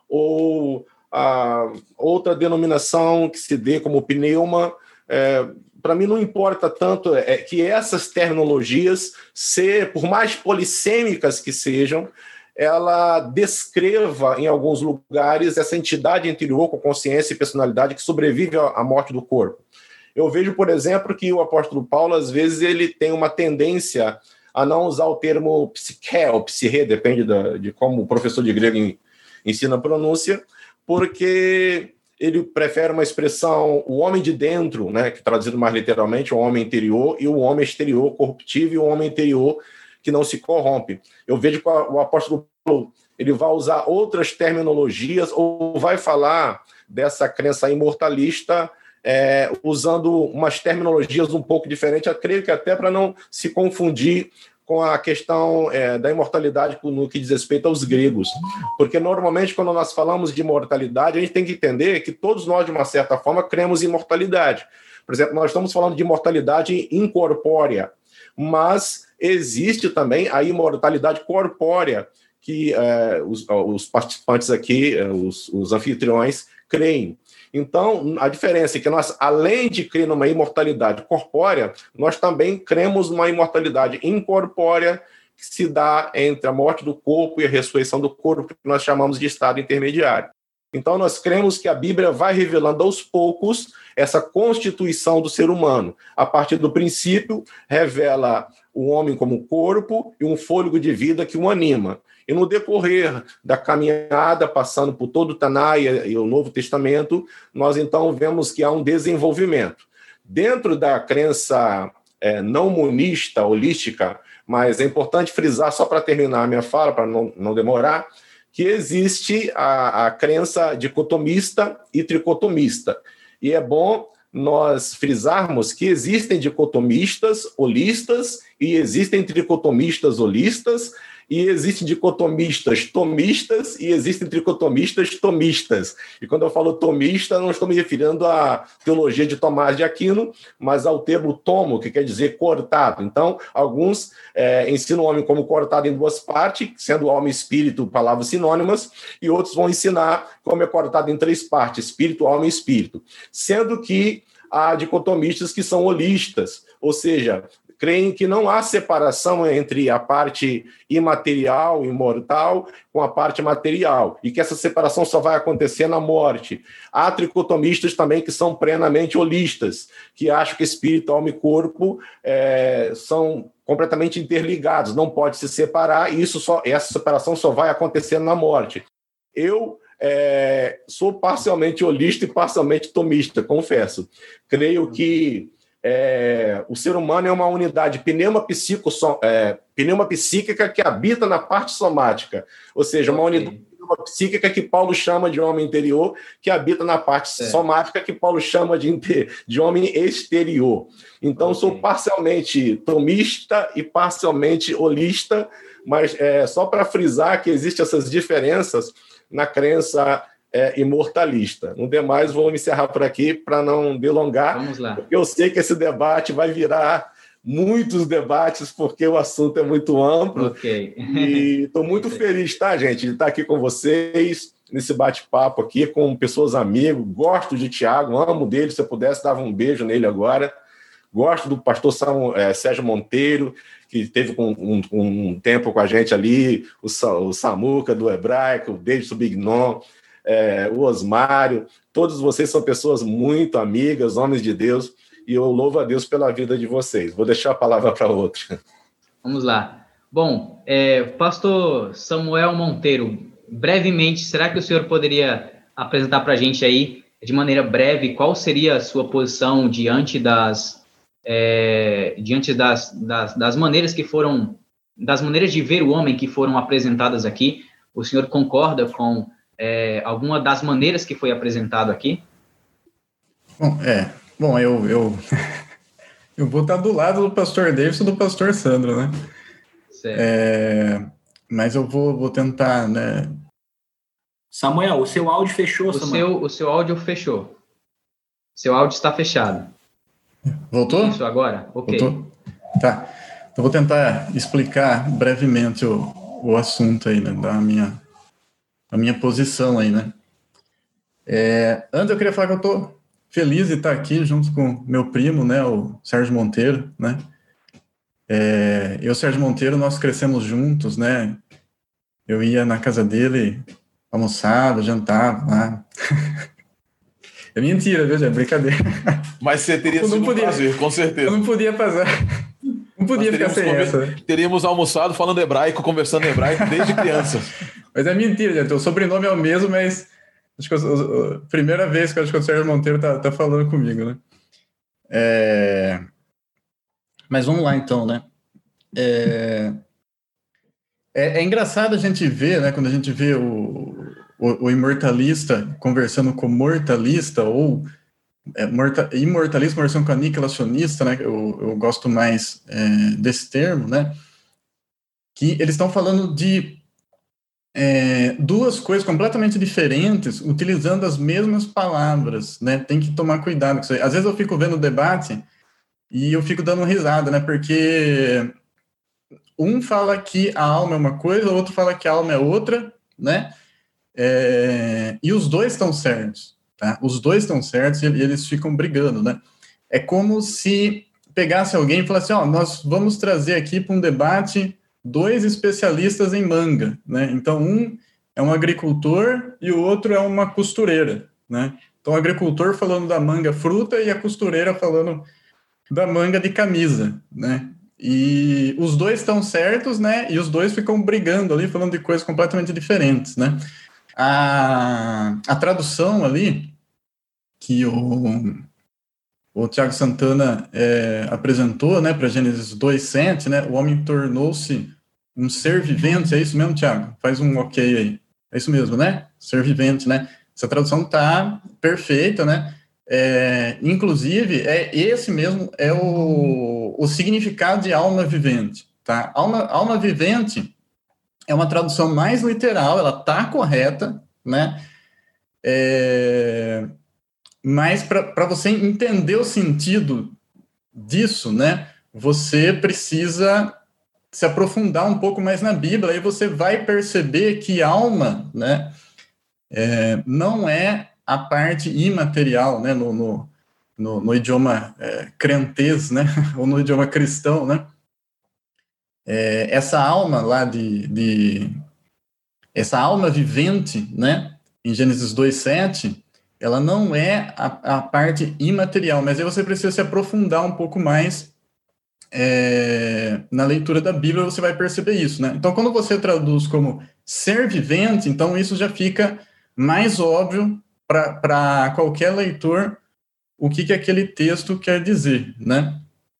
ou a outra denominação que se dê como pneuma. É, para mim não importa tanto é, que essas terminologias, ser, por mais polissêmicas que sejam, ela descreva em alguns lugares essa entidade interior com consciência e personalidade que sobrevive à morte do corpo. Eu vejo, por exemplo, que o apóstolo Paulo, às vezes, ele tem uma tendência a não usar o termo psique ou psirre, depende da, de como o professor de grego ensina a pronúncia, porque ele prefere uma expressão, o homem de dentro, né, que traduzido mais literalmente, o homem interior, e o homem exterior corruptível, e o homem interior que não se corrompe. Eu vejo que o apóstolo Paulo, ele vai usar outras terminologias ou vai falar dessa crença imortalista é, usando umas terminologias um pouco diferentes, eu creio que até para não se confundir com a questão é, da imortalidade no que diz respeito aos gregos. Porque, normalmente, quando nós falamos de imortalidade, a gente tem que entender que todos nós, de uma certa forma, cremos em imortalidade. Por exemplo, nós estamos falando de imortalidade incorpórea, mas existe também a imortalidade corpórea, que é, os, os participantes aqui, os, os anfitriões, creem. Então, a diferença é que nós, além de crer numa imortalidade corpórea, nós também cremos numa imortalidade incorpórea que se dá entre a morte do corpo e a ressurreição do corpo, que nós chamamos de estado intermediário. Então, nós cremos que a Bíblia vai revelando aos poucos essa constituição do ser humano. A partir do princípio, revela o homem como corpo e um fôlego de vida que o anima. E no decorrer da caminhada, passando por todo o Tanakh e o Novo Testamento, nós então vemos que há um desenvolvimento. Dentro da crença é, não monista, holística, mas é importante frisar, só para terminar a minha fala, para não, não demorar, que existe a, a crença dicotomista e tricotomista. E é bom nós frisarmos que existem dicotomistas holistas e existem tricotomistas holistas, e existem dicotomistas tomistas e existem tricotomistas tomistas. E quando eu falo tomista, não estou me referindo à teologia de Tomás de Aquino, mas ao termo tomo, que quer dizer cortado. Então, alguns é, ensinam o homem como cortado em duas partes, sendo alma e espírito palavras sinônimas, e outros vão ensinar como é cortado em três partes, espírito, alma e espírito. Sendo que há dicotomistas que são holistas, ou seja, creem que não há separação entre a parte imaterial, imortal, com a parte material, e que essa separação só vai acontecer na morte. Há tricotomistas também que são plenamente holistas, que acham que espírito, alma e corpo é, são completamente interligados, não pode se separar, e isso só, essa separação só vai acontecer na morte. Eu é, sou parcialmente holista e parcialmente tomista, confesso. Creio que É, o ser humano é uma unidade pneumapsíquica é, pneumapsíquica que habita na parte somática, ou seja, uma okay. unidade psíquica que Paulo chama de homem interior, que habita na parte é. somática que Paulo chama de, de homem exterior. Então, okay. sou parcialmente tomista e parcialmente holista, mas é, só para frisar que existem essas diferenças na crença É, imortalista. No demais, vou me encerrar por aqui para não delongar. Vamos lá. Porque eu sei que esse debate vai virar muitos debates, porque o assunto é muito amplo. Ok. E estou muito feliz, tá, gente, de estar aqui com vocês, nesse bate-papo aqui, com pessoas amigos. Gosto de Tiago, amo dele. Se eu pudesse, dava um beijo nele agora. Gosto do pastor São, é, Sérgio Monteiro, que teve um, um, um tempo com a gente ali, o, o Samuca do Hebraico, o Davidson Bignon, É, o Osmário, todos vocês são pessoas muito amigas, homens de Deus, e eu louvo a Deus pela vida de vocês. Vou deixar a palavra para outro. Vamos lá. Bom, é, pastor Samuel Monteiro, brevemente, será que o senhor poderia apresentar para a gente aí, de maneira breve, qual seria a sua posição diante das, é, diante das, das, das maneiras que foram, das maneiras de ver o homem que foram apresentadas aqui? O senhor concorda com É, alguma das maneiras que foi apresentado aqui? Bom, é, bom, eu, eu, eu vou estar do lado do pastor Davidson e do pastor Sandro, né? Certo. É, mas eu vou, vou tentar, né? Samuel, o seu áudio fechou, o Samuel. Seu, o seu áudio fechou. Seu áudio está fechado. Voltou? Isso, agora? Ok. Voltou? Tá. Eu vou tentar explicar brevemente o, o assunto aí, né, da minha... a minha posição aí, né? É, antes eu queria falar que eu tô feliz de estar aqui junto com meu primo, né, o Sérgio Monteiro, né? É, eu e o Sérgio Monteiro, nós crescemos juntos, né? Eu ia na casa dele, almoçava, jantava lá. É mentira, viu, é brincadeira. Mas você teria sido um prazer, com certeza. Eu não podia passar... Não podia ficar sem essa. Né? Teríamos almoçado falando hebraico, conversando hebraico desde criança. Mas é mentira, gente. O sobrenome é o mesmo, mas acho que a primeira vez que eu acho que o Sérgio Monteiro tá, tá falando comigo, né? É... Mas vamos lá, então, né? É... É, é engraçado a gente ver, né, quando a gente vê o, o, o imortalista conversando com o mortalista, ou é, morta, imortalista conversando com aniquilacionista, né, eu, eu gosto mais é, desse termo, né, que eles estão falando de é, duas coisas completamente diferentes, utilizando as mesmas palavras, né, tem que tomar cuidado com isso aí. Às vezes eu fico vendo o debate e eu fico dando risada, né, porque um fala que a alma é uma coisa, o outro fala que a alma é outra, né, é, e os dois estão certos, tá, os dois estão certos e eles ficam brigando, né, é como se pegasse alguém e falasse, ó, nós vamos trazer aqui para um debate dois especialistas em manga, né? Então, um é um agricultor e o outro é uma costureira, né? Então, o agricultor falando da manga fruta e a costureira falando da manga de camisa, né? E os dois estão certos, né? E os dois ficam brigando ali, falando de coisas completamente diferentes, né? A, a tradução ali que o o Tiago Santana é, apresentou, né, para Gênesis dois, sete, né, o homem tornou-se um ser vivente, é isso mesmo, Tiago? Faz um ok aí. É isso mesmo, né? Ser vivente, né? Essa tradução tá perfeita, né? É, inclusive, é esse mesmo é o, o significado de alma vivente, tá? Alma, alma vivente é uma tradução mais literal, ela tá correta, né? É... Mas para você entender o sentido disso, né, você precisa se aprofundar um pouco mais na Bíblia, aí você vai perceber que alma, né, é, não é a parte imaterial, né, no, no, no, no idioma é, crentez, né, ou no idioma cristão, né, é, essa alma lá de, de... essa alma vivente, né, em Gênesis dois, sete, ela não é a, a parte imaterial, mas aí você precisa se aprofundar um pouco mais é, na leitura da Bíblia, você vai perceber isso, né? Então, quando você traduz como ser vivente, então isso já fica mais óbvio para qualquer leitor o que, que aquele texto quer dizer, né?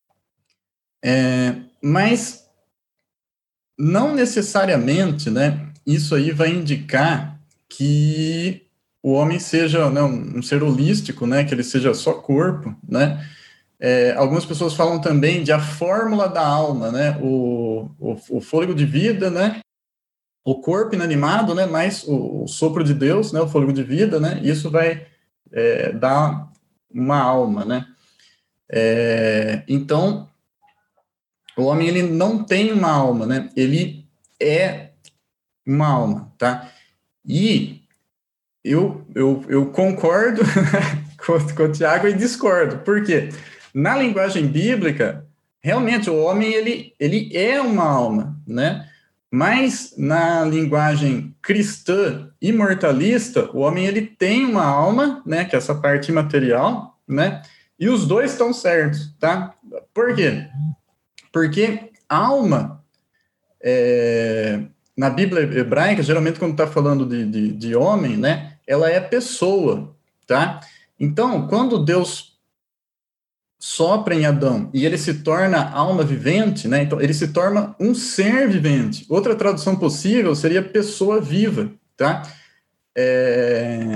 É, mas não necessariamente, né, isso aí vai indicar que o homem seja, né, um, um ser holístico, né, que ele seja só corpo, né. É, algumas pessoas falam também de a fórmula da alma, né, o, o, o fôlego de vida, né, o corpo inanimado, né, mais o, o sopro de Deus, né, o fôlego de vida, né, isso vai é, dar uma alma, né. É, então, o homem, ele não tem uma alma, né, ele é uma alma, tá, e Eu, eu, eu concordo com, com o Tiago e discordo. Por quê? Na linguagem bíblica, realmente o homem ele, ele é uma alma, né? Mas na linguagem cristã imortalista, o homem ele tem uma alma, né? Que é essa parte imaterial, né? E os dois estão certos, tá? Por quê? Porque alma é, na Bíblia hebraica, geralmente quando está falando de, de, de homem, né? Ela é pessoa, tá? Então, quando Deus sopra em Adão e ele se torna alma vivente, né? Então, ele se torna um ser vivente. Outra tradução possível seria pessoa viva, tá? É...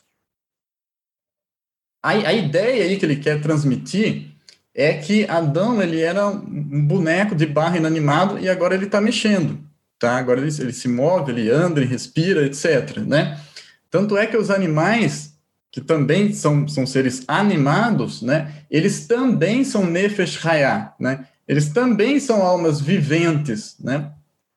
A, a ideia aí que ele quer transmitir é que Adão, ele era um boneco de barro inanimado e agora ele está mexendo, tá? Agora ele, ele se move, ele anda, ele respira, etcétera, né? Tanto é que os animais, que também são, são seres animados, né, eles também são nefesh hayah, né, eles também são almas viventes, né.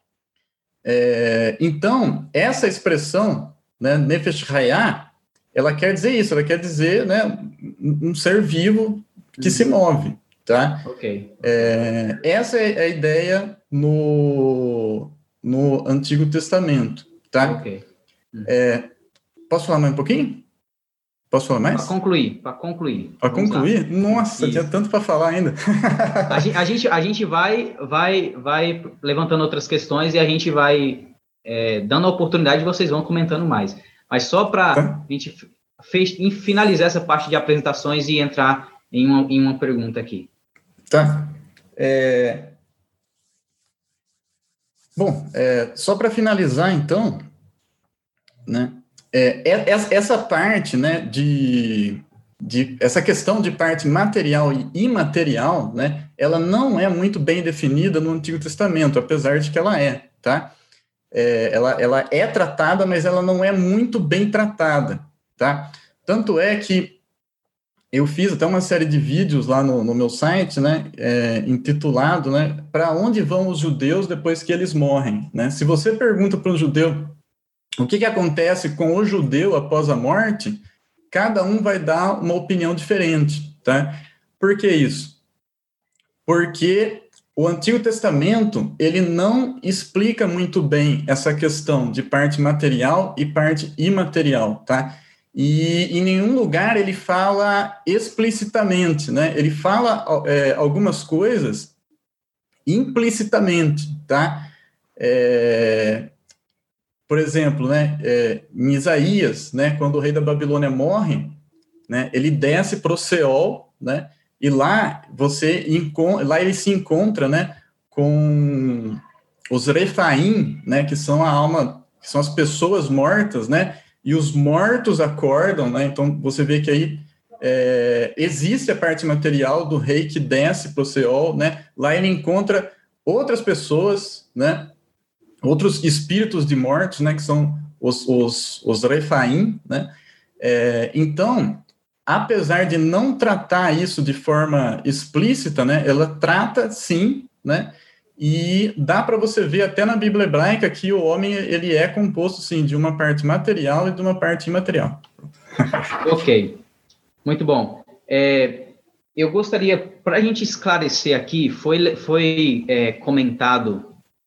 É, então, essa expressão, né, nefesh hayah, ela quer dizer isso, ela quer dizer, né, um ser vivo que uhum. se move, tá? Ok. É, essa é a ideia no, no Antigo Testamento, tá? Ok. Uhum. É, Posso falar mais um pouquinho? Posso falar mais? Para concluir, para concluir. Para concluir? Lá. Nossa, Isso. Tinha tanto para falar ainda. a, gente, a, gente, a gente vai, vai, vai levantando outras questões e a gente vai é, dando a oportunidade e vocês vão comentando mais. Mas só para tá. a gente fez, finalizar essa parte de apresentações e entrar em uma, em uma pergunta aqui. Tá. É... Bom, é, só para finalizar, então, né, é, é, essa parte, né, de, de, essa questão de parte material e imaterial, né, ela não é muito bem definida no Antigo Testamento, apesar de que ela é, tá? É, ela, ela é tratada, mas ela não é muito bem tratada, tá? Tanto é que eu fiz até uma série de vídeos lá no, no meu site, né, é, intitulado, né, para onde vão os judeus depois que eles morrem, né? Se você pergunta para um judeu o que, que acontece com o judeu após a morte, cada um vai dar uma opinião diferente, tá? Por que isso? Porque o Antigo Testamento, ele não explica muito bem essa questão de parte material e parte imaterial, tá? E em nenhum lugar ele fala explicitamente, né? Ele fala é, algumas coisas implicitamente, tá? É, por exemplo, né, é, em Isaías, né, quando o rei da Babilônia morre, né, ele desce para o Seol, né? E lá você lá ele se encontra, né, com os Refaim, né, que são a alma, que são as pessoas mortas, né? E os mortos acordam, né? Então você vê que aí é, existe a parte material do rei que desce para o Seol, né? Lá ele encontra outras pessoas, né? Outros espíritos de mortos, né? Que são os, os, os Refaim, né? É, então, apesar de não tratar isso de forma explícita, né? Ela trata, sim, né? E dá para você ver até na Bíblia hebraica que o homem ele é composto, sim, de uma parte material e de uma parte imaterial. Ok, muito bom. É, eu gostaria, para a gente esclarecer aqui, foi, foi é, comentado,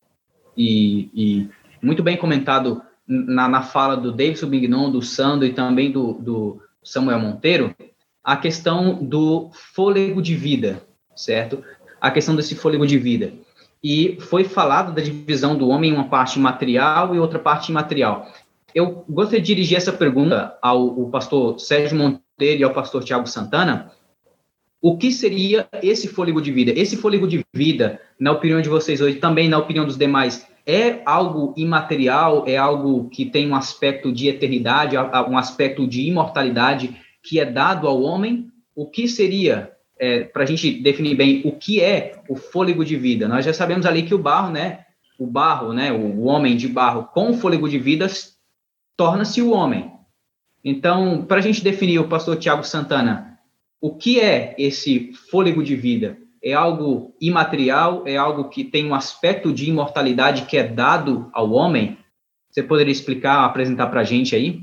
e, e muito bem comentado na, na fala do Davidson Bignon, do Sandro e também do, do Samuel Monteiro, a questão do fôlego de vida, certo? A questão desse fôlego de vida. E foi falado da divisão do homem em uma parte material e outra parte imaterial. Eu gostaria de dirigir essa pergunta ao, ao pastor Sérgio Monteiro e ao pastor Tiago Santana. O que seria esse fôlego de vida? Esse fôlego de vida, na opinião de vocês hoje, também na opinião dos demais, é algo imaterial, é algo que tem um aspecto de eternidade, um aspecto de imortalidade que é dado ao homem? O que seria... É, para a gente definir bem o que é o fôlego de vida? Nós já sabemos ali que o barro, né, o barro, né, o, o homem de barro com fôlego de vida torna-se o homem. Então, para a gente definir, o pastor Tiago Santana, o que é esse fôlego de vida? É algo imaterial? É algo que tem um aspecto de imortalidade que é dado ao homem? Você poderia explicar, apresentar para a gente aí?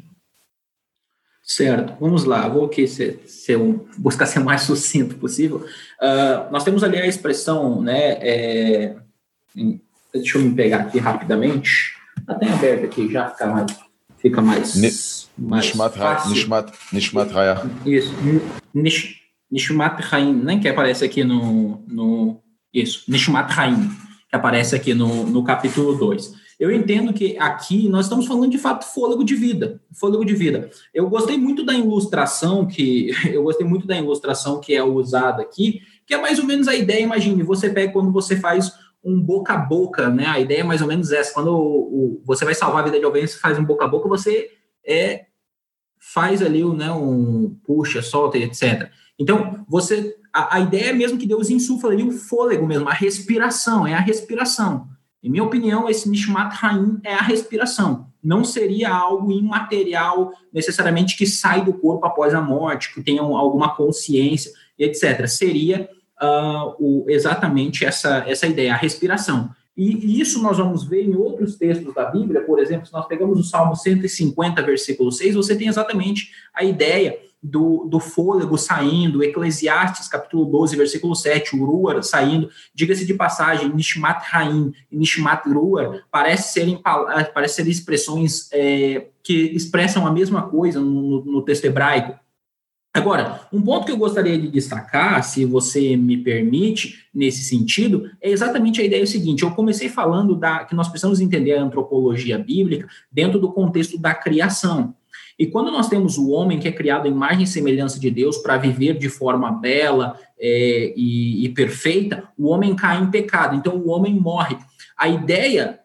Certo, vamos lá, vou aqui ser, ser um, buscar ser o mais sucinto possível. Uh, nós temos ali a expressão, né, é, deixa eu me pegar aqui rapidamente, está até aberto aqui, já fica mais, fica mais, Ni, mais Nishmat fácil. Nishmat, Nishmat Haya. Isso, Nish, Nishmat Haim, nem que aparece aqui no, no isso, Nishmat Haim, que aparece aqui no, no capítulo dois. Eu entendo que aqui nós estamos falando de fato fôlego de vida, fôlego de vida. Eu gostei muito da ilustração que eu gostei muito da ilustração que é usada aqui, que é mais ou menos a ideia. Imagine, você pega quando você faz um boca a boca, né? A ideia é mais ou menos essa. Quando o, o, você vai salvar a vida de alguém, você faz um boca a boca, você é, faz ali, né? Um puxa, solta, etcétera. Então, você a, a ideia é mesmo que Deus insufla ali o fôlego mesmo, a respiração, é a respiração. Em minha opinião, esse Nishmat Haim é a respiração. Não seria algo imaterial, necessariamente, que sai do corpo após a morte, que tenha alguma consciência, etcétera. Seria uh, o, exatamente essa, essa ideia, a respiração. E, e isso nós vamos ver em outros textos da Bíblia. Por exemplo, se nós pegamos o Salmo cento e cinquenta, versículo seis, você tem exatamente a ideia Do, do fôlego saindo, Eclesiastes, capítulo doze, versículo sete, o Ruar saindo. Diga-se de passagem, Nishmat Haim e Nishmat Ruar parece serem, parece serem expressões é, que expressam a mesma coisa no, no texto hebraico. Agora, um ponto que eu gostaria de destacar, se você me permite, nesse sentido, é exatamente a ideia seguinte. Eu comecei falando da, que nós precisamos entender a antropologia bíblica dentro do contexto da criação. E quando nós temos o homem que é criado à imagem e semelhança de Deus para viver de forma bela é, e, e perfeita, o homem cai em pecado, então o homem morre. A ideia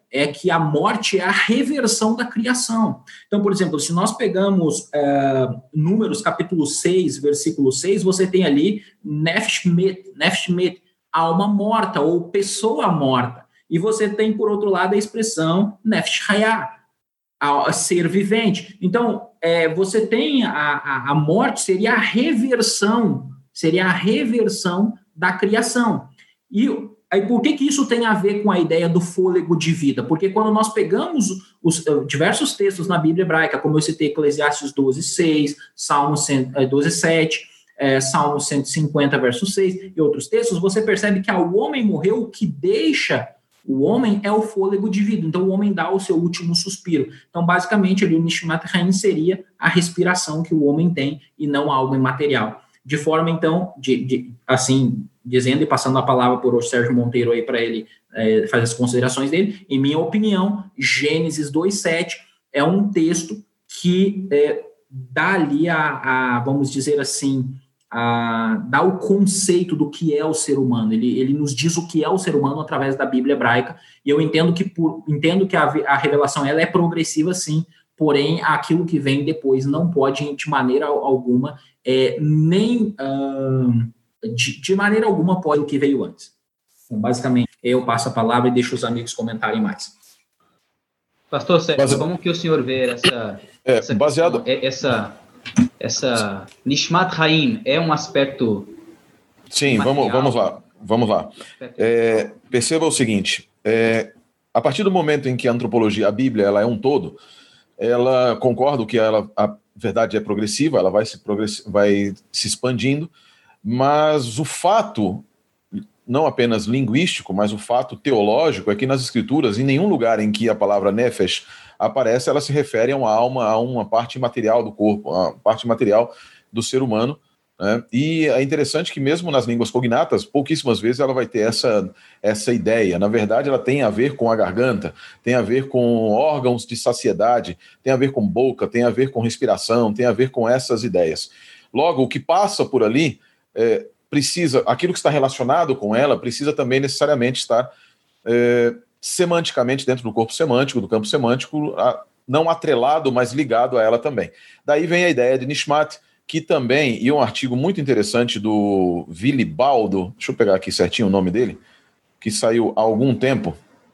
é que a morte é a reversão da criação. Então, por exemplo, se nós pegamos é, Números capítulo seis, versículo seis, você tem ali Nefesh Met, Nefesh Met, alma morta ou pessoa morta. E você tem, por outro lado, a expressão Nefesh Hayah, a ser vivente. Então, é, você tem a, a, a morte, seria a reversão, seria a reversão da criação. E aí, por que, que isso tem a ver com a ideia do fôlego de vida? Porque quando nós pegamos os uh, diversos textos na Bíblia hebraica, como eu citei Eclesiastes doze, seis, Salmo doze, sete, é, Salmo cento e cinquenta, verso seis, e outros textos, você percebe que ao homem morreu, o que deixa o homem é o fôlego de vida. Então, o homem dá o seu último suspiro. Então, basicamente, ali o Nishmat Haim seria a respiração que o homem tem e não algo imaterial. De forma, então, de, de, assim, dizendo e passando a palavra por o Sérgio Monteiro aí para ele é, fazer as considerações dele, em minha opinião, Gênesis dois, sete é um texto que é, dá ali a, a, vamos dizer assim, a, dá o conceito do que é o ser humano. Ele, ele nos diz o que é o ser humano através da Bíblia hebraica, e eu entendo que, por, entendo que a, a revelação ela é progressiva, sim, porém, aquilo que vem depois não pode, de maneira alguma, é, nem uh, de, de maneira alguma pode o que veio antes. Então, basicamente, eu passo a palavra e deixo os amigos comentarem mais. Pastor Sérgio, Base... como que o senhor vê essa... É, essa baseado... Essa, essa Nishmat Haim é um aspecto... Sim, vamos, vamos lá. Vamos lá. É, perceba o seguinte, é, a partir do momento em que a antropologia, a Bíblia, ela é um todo, ela concordo que ela, a verdade é progressiva, ela vai se, progress, vai se expandindo, mas o fato, não apenas linguístico, mas o fato teológico é que nas escrituras, em nenhum lugar em que a palavra nefesh aparece, ela se refere a uma alma, a uma parte material do corpo, a parte material do ser humano, né? E é interessante que mesmo nas línguas cognatas, pouquíssimas vezes ela vai ter essa, essa ideia. Na verdade, ela tem a ver com a garganta, tem a ver com órgãos de saciedade, tem a ver com boca, tem a ver com respiração, tem a ver com essas ideias. Logo, o que passa por ali é, precisa, aquilo que está relacionado com ela precisa também necessariamente estar é, semanticamente dentro do corpo semântico, do campo semântico, a, não atrelado, mas ligado a ela também. Daí vem a ideia de Nishmat, que também, e um artigo muito interessante do Vilibaldo, deixa eu pegar aqui certinho o nome dele, que saiu há algum tempo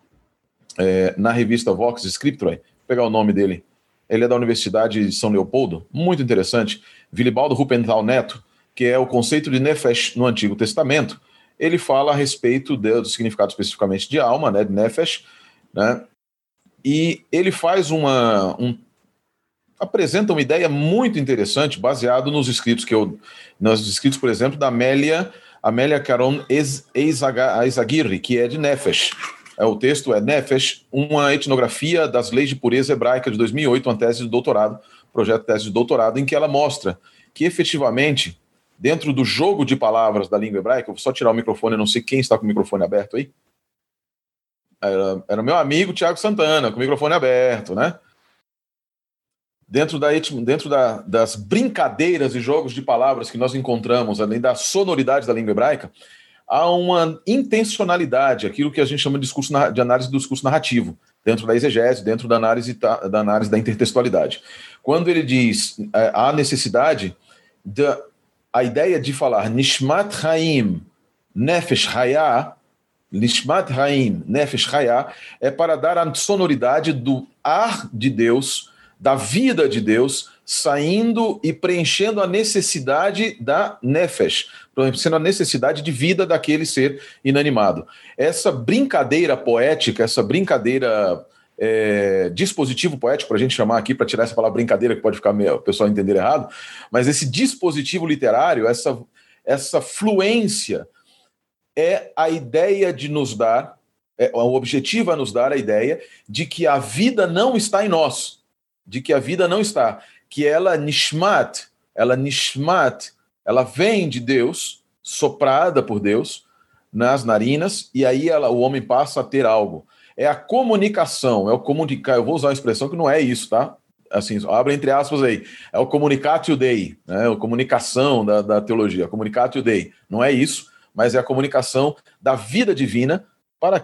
é, na revista Vox Scripturae, vou pegar o nome dele, ele é da Universidade de São Leopoldo, muito interessante, Vilibaldo Rupenthal Neto, que é o conceito de Nefesh no Antigo Testamento. Ele fala a respeito de, do significado especificamente de alma, né, de Nefesh, né, e ele faz uma... Um, apresenta uma ideia muito interessante, baseado nos escritos que eu, nos escritos, por exemplo, da Amélia, Amélia Caron Eizaguirre, que é de Nefesh. É, o texto é Nefesh, uma etnografia das leis de pureza hebraica de dois mil e oito, uma tese de doutorado, projeto de tese de doutorado, em que ela mostra que, efetivamente, dentro do jogo de palavras da língua hebraica, eu vou só tirar o microfone, eu não sei quem está com o microfone aberto aí. Era, era meu amigo Tiago Santana, com o microfone aberto, né? Dentro, da, dentro da, das brincadeiras e jogos de palavras que nós encontramos, além da sonoridade da língua hebraica, há uma intencionalidade, aquilo que a gente chama de, discurso, de análise do discurso narrativo, dentro da exegese, dentro da análise da, análise da intertextualidade. Quando ele diz é, a necessidade, da, a ideia de falar Nishmat Haim, Nefesh Hayah, Nishmat Haim, Nefesh Hayah, é para dar a sonoridade do ar de Deus, da vida de Deus, saindo e preenchendo a necessidade da nefesh, preenchendo a necessidade de vida daquele ser inanimado. Essa brincadeira poética, essa brincadeira, é, dispositivo poético, para a gente chamar aqui, para tirar essa palavra brincadeira, que pode ficar meio, o pessoal entender errado, mas esse dispositivo literário, essa, essa fluência, é a ideia de nos dar, é, o objetivo é nos dar a ideia de que a vida não está em nós, de que a vida não está, que ela nishmat, ela nishmat, ela vem de Deus, soprada por Deus, nas narinas, e aí ela, o homem passa a ter algo. É a comunicação, é o comunicar, eu vou usar uma expressão que não é isso, tá? Assim, abre entre aspas aí, é o communicatio Dei, né? A comunicação da, da teologia, communicatio Dei, não é isso, mas é a comunicação da vida divina para aquele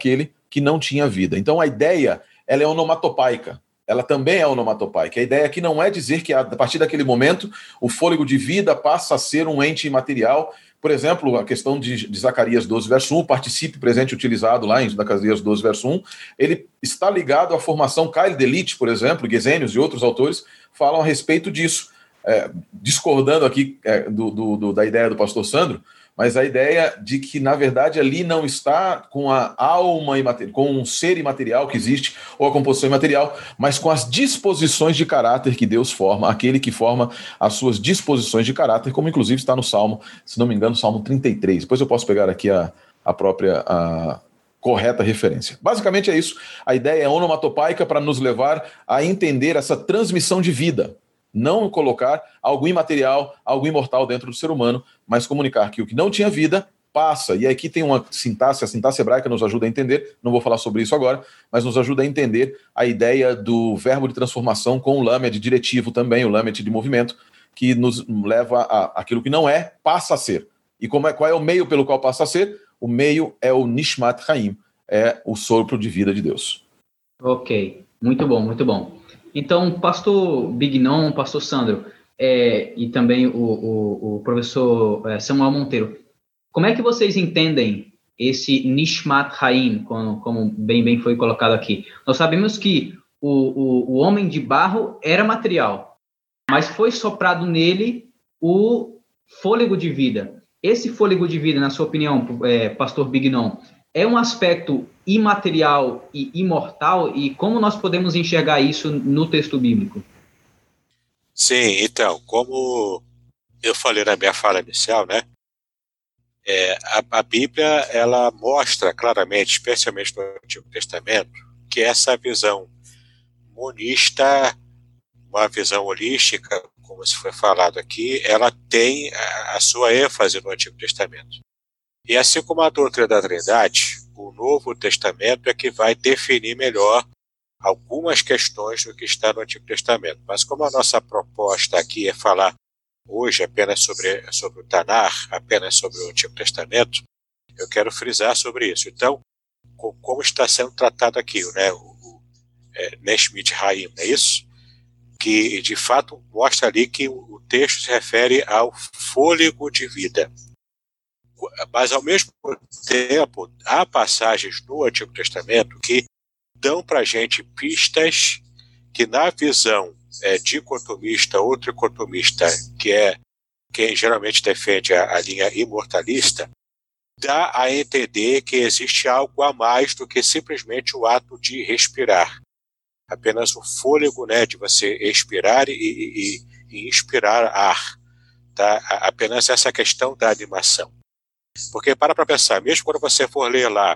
que não tinha vida. Então a ideia, ela é onomatopaica. Ela também é onomatopaica. A ideia aqui não é dizer que a partir daquele momento o fôlego de vida passa a ser um ente imaterial. Por exemplo, a questão de, de Zacarias doze, verso um, o participe presente utilizado lá em Zacarias doze, verso um, ele está ligado à formação Kyle Delit, por exemplo, Gesenius e outros autores falam a respeito disso. É, discordando aqui é, do, do, do, da ideia do pastor Sandro, mas a ideia de que, na verdade, ali não está com a alma imaterial, com um ser imaterial que existe, ou a composição imaterial, mas com as disposições de caráter que Deus forma, aquele que forma as suas disposições de caráter, como inclusive está no Salmo, se não me engano, Salmo trinta e três. Depois eu posso pegar aqui a, a própria a correta referência. Basicamente é isso. A ideia é onomatopaica para nos levar a entender essa transmissão de vida. Não colocar algo imaterial, algo imortal dentro do ser humano, mas comunicar que o que não tinha vida passa. E aqui tem uma sintaxe, a sintaxe hebraica nos ajuda a entender, não vou falar sobre isso agora, mas nos ajuda a entender a ideia do verbo de transformação com o lamed diretivo também, o lamed de movimento, que nos leva a aquilo que não é, passa a ser. E como é, qual é o meio pelo qual passa a ser? O meio é o Nishmat Chaim, é o sopro de vida de Deus. Ok, muito bom, muito bom. Então, pastor Bignon, pastor Sandro, é, e também o, o, o professor Samuel Monteiro, como é que vocês entendem esse Nishmat Chaim, como, como bem, bem foi colocado aqui? Nós sabemos que o, o, o homem de barro era material, mas foi soprado nele o fôlego de vida. Esse fôlego de vida, na sua opinião, é, pastor Bignon, é um aspecto imaterial e imortal, e como nós podemos enxergar isso no texto bíblico? Sim, então, como eu falei na minha fala inicial, né, é, a, a Bíblia, ela mostra claramente, especialmente no Antigo Testamento, que essa visão monista, uma visão holística, como se foi falado aqui, ela tem a, a sua ênfase no Antigo Testamento. E assim como a doutrina da Trindade, o Novo Testamento é que vai definir melhor algumas questões do que está no Antigo Testamento. Mas como a nossa proposta aqui é falar hoje apenas sobre, sobre o Tanar, apenas sobre o Antigo Testamento, eu quero frisar sobre isso. Então, como está sendo tratado aqui, né, o, o é, Nishmat Chaim, não é isso? Que, de fato, mostra ali que o, o texto se refere ao fôlego de vida. Mas, ao mesmo tempo, há passagens no Antigo Testamento que dão para a gente pistas que, na visão é, dicotomista ou tricotomista, que é quem geralmente defende a, a linha imortalista, dá a entender que existe algo a mais do que simplesmente o ato de respirar. Apenas o fôlego, né, de você expirar e, e, e inspirar ar. Tá? Apenas essa questão da animação. Porque, para para pensar, mesmo quando você for ler lá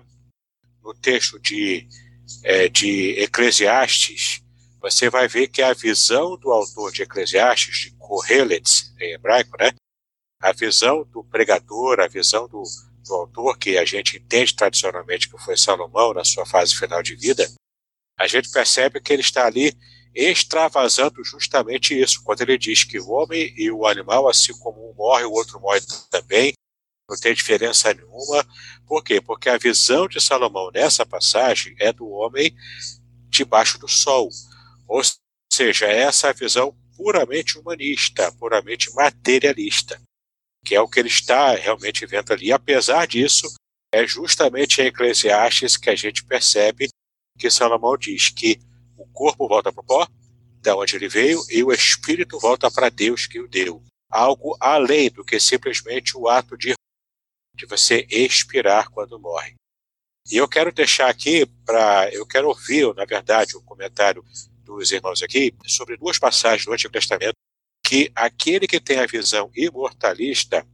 no texto de, é, de Eclesiastes, você vai ver que a visão do autor de Eclesiastes, de Kohelet, em hebraico, né? A visão do pregador, a visão do, do autor, que a gente entende tradicionalmente que foi Salomão na sua fase final de vida, a gente percebe que ele está ali extravasando justamente isso, quando ele diz que o homem e o animal, assim como um morre, o outro morre também, não tem diferença nenhuma. Por quê? Porque a visão de Salomão nessa passagem é do homem debaixo do sol. Ou seja, essa é a visão puramente humanista, puramente materialista, que é o que ele está realmente vendo ali. Apesar disso, é justamente em Eclesiastes que a gente percebe que Salomão diz que o corpo volta para o pó, da onde ele veio, e o espírito volta para Deus que o deu. Algo além do que simplesmente o ato de de você expirar quando morre. E eu quero deixar aqui para, eu quero ouvir, na verdade, o comentário dos irmãos aqui sobre duas passagens do Antigo Testamento que aquele que tem a visão imortalista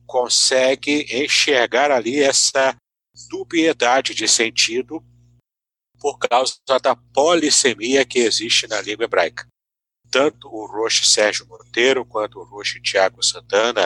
consegue enxergar ali essa dubiedade de sentido por causa da polissemia que existe na língua hebraica. Tanto o Roche Sérgio Monteiro quanto o Roche Tiago Santana,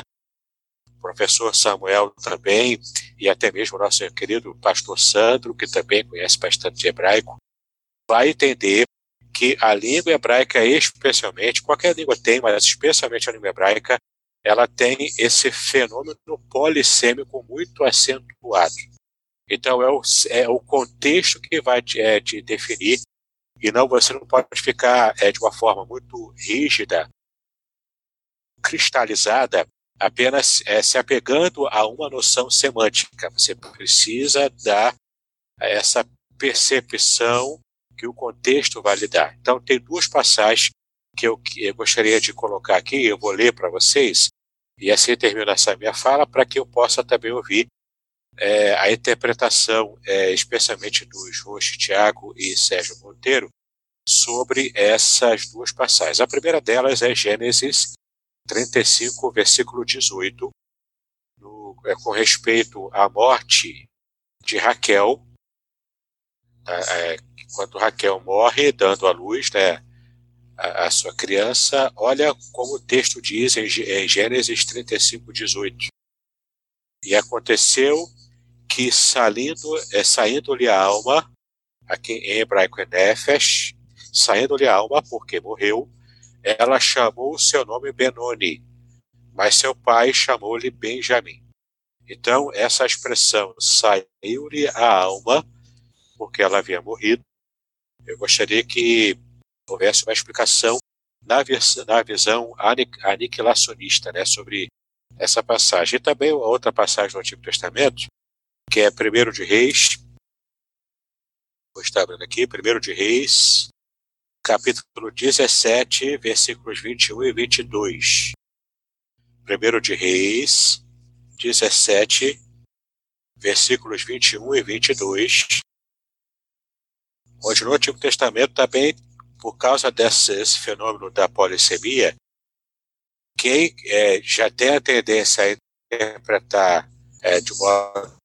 professor Samuel também, e até mesmo o nosso querido pastor Sandro, que também conhece bastante de hebraico, vai entender que a língua hebraica, especialmente, qualquer língua tem, mas especialmente a língua hebraica, ela tem esse fenômeno polissêmico muito acentuado. Então, é o, é o contexto que vai te, é, te definir, e não, você não pode ficar é, de uma forma muito rígida, cristalizada, apenas é, se apegando a uma noção semântica. Você precisa dar essa percepção que o contexto vai lhe dar. Então, tem duas passagens que eu, que eu gostaria de colocar aqui, eu vou ler para vocês, e assim termino essa minha fala, para que eu possa também ouvir é, a interpretação, é, especialmente dos Roxo, Tiago e Sérgio Monteiro, sobre essas duas passagens. A primeira delas é Gênesis trinta e cinco, versículo dezoito, no, é, com respeito à morte de Raquel, é, quando Raquel morre, dando à luz, né, a, a sua criança. Olha como o texto diz em, em Gênesis trinta e cinco, dezoito. E aconteceu que saindo, é, saindo-lhe a alma, aqui em hebraico é Nefesh, saindo-lhe a alma porque morreu, ela chamou o seu nome Benoni, mas seu pai chamou-lhe Benjamim. Então, essa expressão, saiu-lhe a alma, porque ela havia morrido, eu gostaria que houvesse uma explicação na, vers- na visão aniq- aniquilacionista, né, sobre essa passagem. E também outra passagem do Antigo Testamento, que é primeiro de Reis, vou estar abrindo aqui, primeiro de Reis, capítulo dezessete, versículos vinte e um e vinte e dois. primeiro de Reis, dezessete, versículos vinte e um e vinte e dois. Onde no Antigo Testamento também, por causa desse, desse fenômeno da polissemia, quem é, já tem a tendência a interpretar é, de modo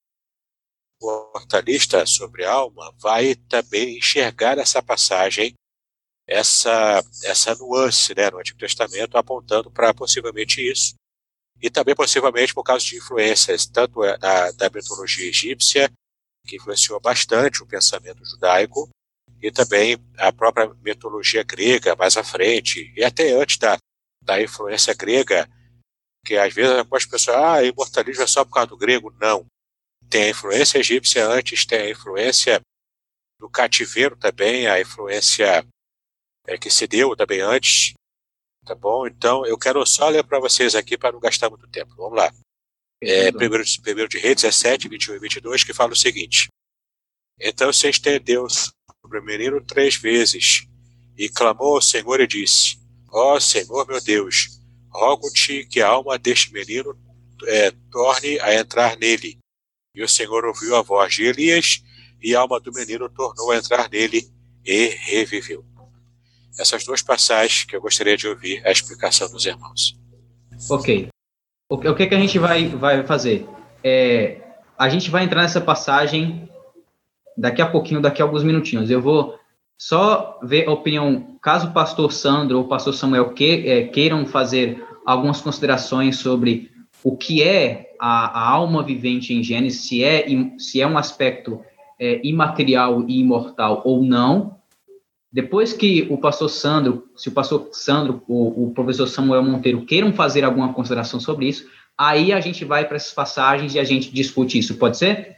mortalista sobre a alma, vai também enxergar essa passagem, essa, essa nuance, né, no Antigo Testamento, apontando para possivelmente isso. E também possivelmente por causa de influências tanto da, da mitologia egípcia, que influenciou bastante o pensamento judaico, e também a própria mitologia grega mais à frente, e até antes da, da influência grega, que às vezes algumas pessoas, ah, imortalismo é só por causa do grego. Não. Tem a influência egípcia antes, tem a influência do cativeiro também, a influência é, que se deu também antes, tá bom? Então, eu quero só ler para vocês aqui para não gastar muito tempo. Vamos lá. É, primeiro, primeiro de Reis dezessete, vinte e um e vinte e dois, que fala o seguinte: então se estendeu sobre o menino três vezes, e clamou ao Senhor e disse: ó oh, Senhor meu Deus, rogo-te que a alma deste menino é, torne a entrar nele. E o Senhor ouviu a voz de Elias, e a alma do menino tornou a entrar nele e reviveu. Essas duas passagens que eu gostaria de ouvir a explicação dos irmãos. Ok. O que, o que, que a gente vai, vai fazer? É, a gente vai entrar nessa passagem daqui a pouquinho, daqui a alguns minutinhos. Eu vou só ver a opinião, caso o pastor Sandro ou o pastor Samuel que, é, queiram fazer algumas considerações sobre o que é a, a alma vivente em Gênesis, se é, se é um aspecto é, imaterial e imortal ou não. Depois que o pastor Sandro, se o pastor Sandro ou o professor Samuel Monteiro queiram fazer alguma consideração sobre isso, aí a gente vai para essas passagens e a gente discute isso. Pode ser?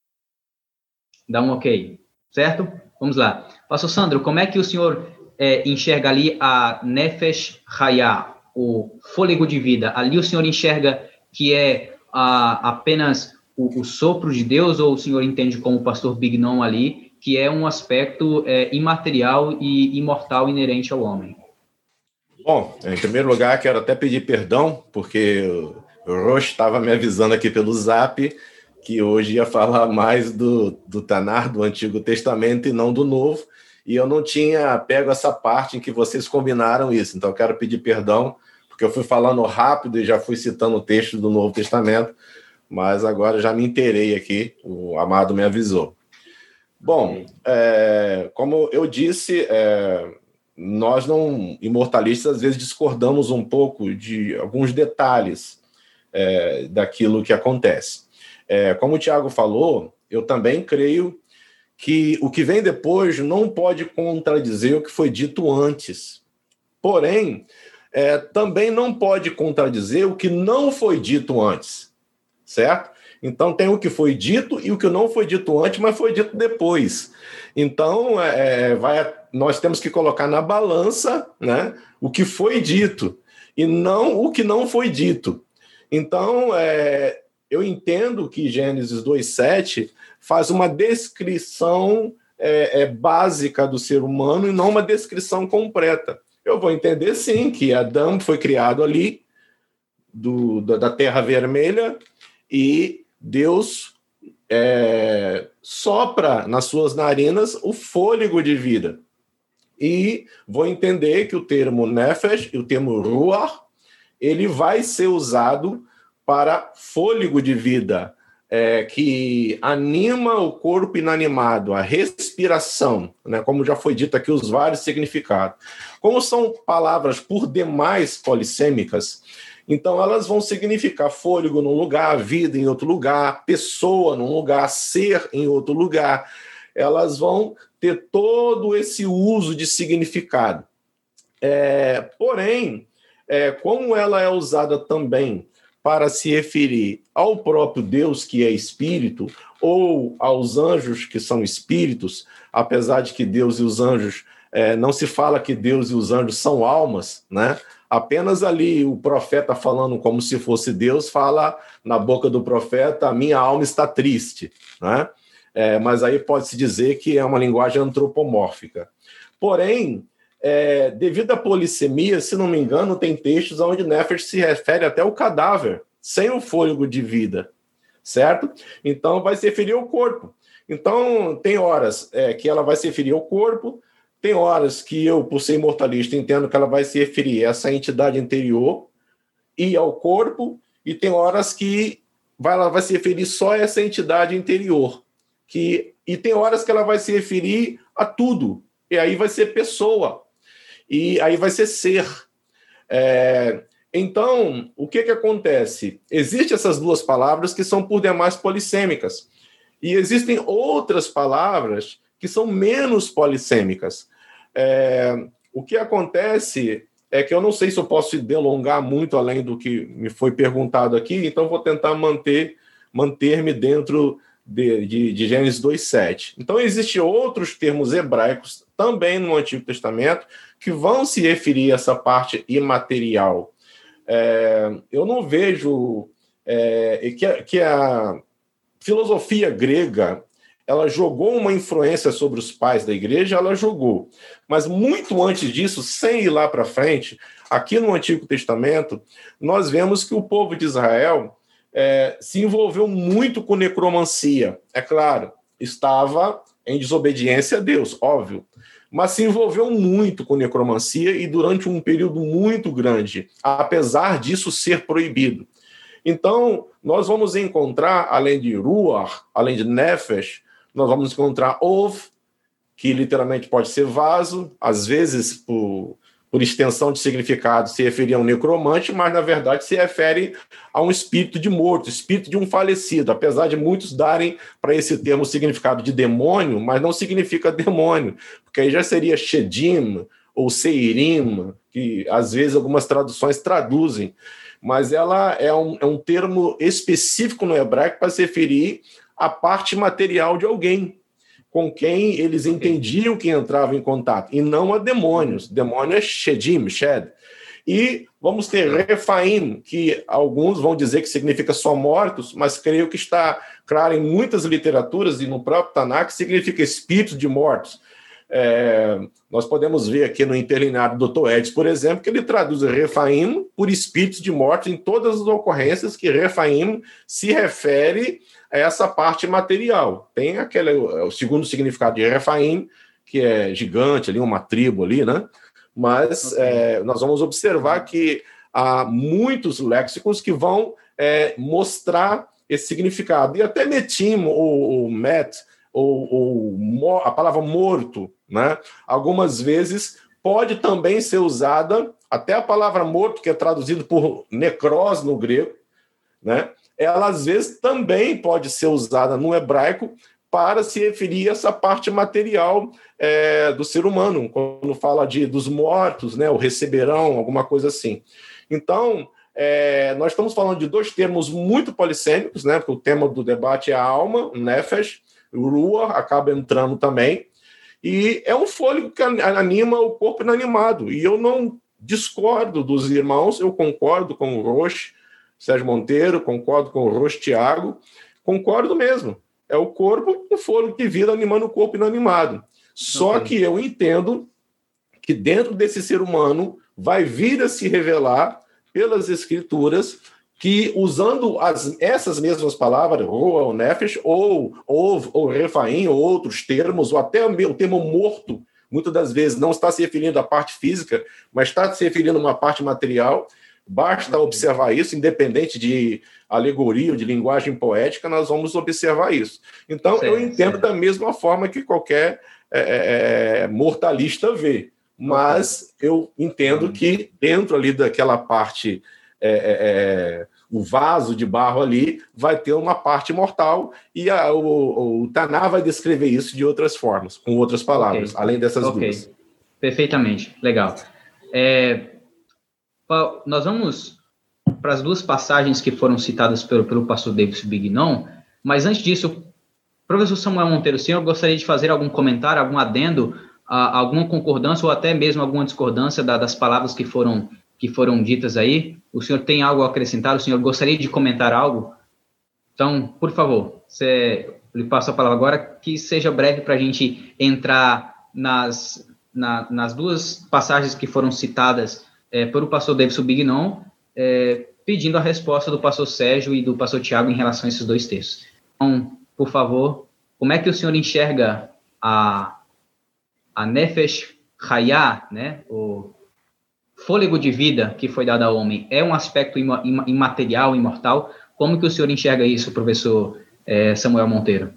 Dá um ok, certo? Vamos lá. Pastor Sandro, como é que o senhor é, enxerga ali a Nefesh Hayah, o fôlego de vida? Ali o senhor enxerga que é a, apenas o, o sopro de Deus, ou o senhor entende como o pastor Bignon ali, que é um aspecto é, imaterial e imortal inerente ao homem? Bom, em primeiro lugar, quero até pedir perdão, porque o Roche estava me avisando aqui pelo Zap que hoje ia falar mais do, do Tanar, do Antigo Testamento, e não do Novo, e eu não tinha pego essa parte em que vocês combinaram isso, então eu quero pedir perdão, porque eu fui falando rápido e já fui citando o texto do Novo Testamento, mas agora já me inteirei aqui, o Amado me avisou. Bom, é, como eu disse, é, nós não, imortalistas, às vezes discordamos um pouco de alguns detalhes é, daquilo que acontece. É, como o Tiago falou, eu também creio que o que vem depois não pode contradizer o que foi dito antes. Porém, é, também não pode contradizer o que não foi dito antes, certo? Então, tem o que foi dito e o que não foi dito antes, mas foi dito depois. Então, é, vai, nós temos que colocar na balança, né, o que foi dito e não o que não foi dito. Então, é, eu entendo que Gênesis dois, sete faz uma descrição é, é, básica do ser humano e não uma descrição completa. Eu vou entender, sim, que Adão foi criado ali, do, da terra vermelha, e Deus é, sopra nas suas narinas o fôlego de vida. E vou entender que o termo nefesh e o termo ruach, ele vai ser usado para fôlego de vida, é, que anima o corpo inanimado, a respiração, né, como já foi dito aqui, os vários significados. Como são palavras por demais polissêmicas, então elas vão significar fôlego num lugar, vida em outro lugar, pessoa num lugar, ser em outro lugar. Elas vão ter todo esse uso de significado. É, porém, é, como ela é usada também para se referir ao próprio Deus, que é espírito, ou aos anjos, que são espíritos, apesar de que Deus e os anjos, é, não se fala que Deus e os anjos são almas, né? Apenas ali o profeta falando como se fosse Deus, fala na boca do profeta, a minha alma está triste, né? É, mas aí pode-se dizer que é uma linguagem antropomórfica. Porém, é, devido à polissemia, se não me engano, tem textos onde Nefesh se refere até ao cadáver, sem o fôlego de vida, certo? Então, vai se referir ao corpo. Então, tem horas é, que ela vai se referir ao corpo, tem horas que eu, por ser imortalista, entendo que ela vai se referir a essa entidade interior e ao corpo, e tem horas que vai, ela vai se referir só a essa entidade interior. Que, e tem horas que ela vai se referir a tudo, e aí vai ser pessoa, e aí vai ser ser. É, então, o que, que acontece? Existem essas duas palavras que são por demais polissêmicas, e existem outras palavras que são menos polissêmicas. É, o que acontece é que eu não sei se eu posso delongar muito além do que me foi perguntado aqui, então vou tentar manter, manter-me dentro de, de, de Gênesis dois, sete. Então, existem outros termos hebraicos também no Antigo Testamento que vão se referir a essa parte imaterial. É, eu não vejo é, que, a, que a filosofia grega ela jogou uma influência sobre os pais da igreja, ela jogou. Mas muito antes disso, sem ir lá para frente, aqui no Antigo Testamento, nós vemos que o povo de Israel é, se envolveu muito com necromancia. É claro, estava em desobediência a Deus, óbvio, mas se envolveu muito com necromancia e durante um período muito grande, apesar disso ser proibido. Então, nós vamos encontrar, além de Ruach, além de Nefesh, nós vamos encontrar Ov, que literalmente pode ser vaso, às vezes, por, por extensão de significado, se referia a um necromante, mas, na verdade, se refere a um espírito de morto, espírito de um falecido, apesar de muitos darem para esse termo o significado de demônio, mas não significa demônio, porque aí já seria Shedim ou Seirim, que, às vezes, algumas traduções traduzem, mas ela é um, é um termo específico no hebraico para se referir à parte material de alguém, com quem eles entendiam que entrava em contato, e não a demônios. Demônio é Shedim, Shed. E vamos ter Refaim, que alguns vão dizer que significa só mortos, mas creio que está claro em muitas literaturas, e no próprio Tanakh, significa espírito de mortos. É, nós podemos ver aqui no interlineado do doutor Edson, por exemplo, que ele traduz Refaim por espíritos de morte em todas as ocorrências que Refaim se refere a essa parte material. Tem aquele, o segundo significado de Refaim, que é gigante, ali, uma tribo ali, né? Mas okay. é, nós vamos observar que há muitos léxicos que vão é, mostrar esse significado. E até Metim, ou, ou Met, ou, ou a palavra morto, né? Algumas vezes pode também ser usada, até a palavra morto, que é traduzido por necros no grego, né? Ela às vezes também pode ser usada no hebraico para se referir a essa parte material é, do ser humano, quando fala de, dos mortos, né? O receberão, alguma coisa assim. Então, é, nós estamos falando de dois termos muito polissêmicos, né? Porque o tema do debate é a alma, o nefesh, o ruach acaba entrando também, e é um fôlego que anima o corpo inanimado, e eu não discordo dos irmãos, eu concordo com o Roche Sérgio Monteiro, concordo com o Roche Tiago, concordo mesmo, é o corpo, o fôlego que vira animando o corpo inanimado, só okay. que eu entendo que dentro desse ser humano vai vir a se revelar pelas escrituras que, usando as, essas mesmas palavras, ou nefesh, ou, ou, ou refaim, ou outros termos, ou até o termo morto, muitas das vezes não está se referindo à parte física, mas está se referindo a uma parte material, basta observar isso, independente de alegoria ou de linguagem poética, nós vamos observar isso. Então, certo, eu entendo certo. da mesma forma que qualquer é, é, mortalista vê, mas eu entendo que dentro ali daquela parte... É, é, o vaso de barro ali vai ter uma parte mortal e a, o, o Taná vai descrever isso de outras formas, com outras palavras, okay. além dessas okay. duas. Perfeitamente, legal. É, nós vamos para as duas passagens que foram citadas pelo, pelo pastor David Bignon, mas antes disso, professor Samuel Monteiro, o senhor gostaria de fazer algum comentário, algum adendo, a, alguma concordância ou até mesmo alguma discordância da, das palavras que foram que foram ditas aí? O senhor tem algo a acrescentar? O senhor gostaria de comentar algo? Então, por favor, você, eu lhe passo a palavra agora, que seja breve para a gente entrar nas, na, nas duas passagens que foram citadas é, pelo pastor Davidson Bignon, é, pedindo a resposta do pastor Sérgio e do pastor Tiago em relação a esses dois textos. Então, por favor, como é que o senhor enxerga a, a Nefesh Hayah, né, o fôlego de vida que foi dado ao homem, é um aspecto imaterial, imortal? Como que o senhor enxerga isso, professor é, Samuel Monteiro?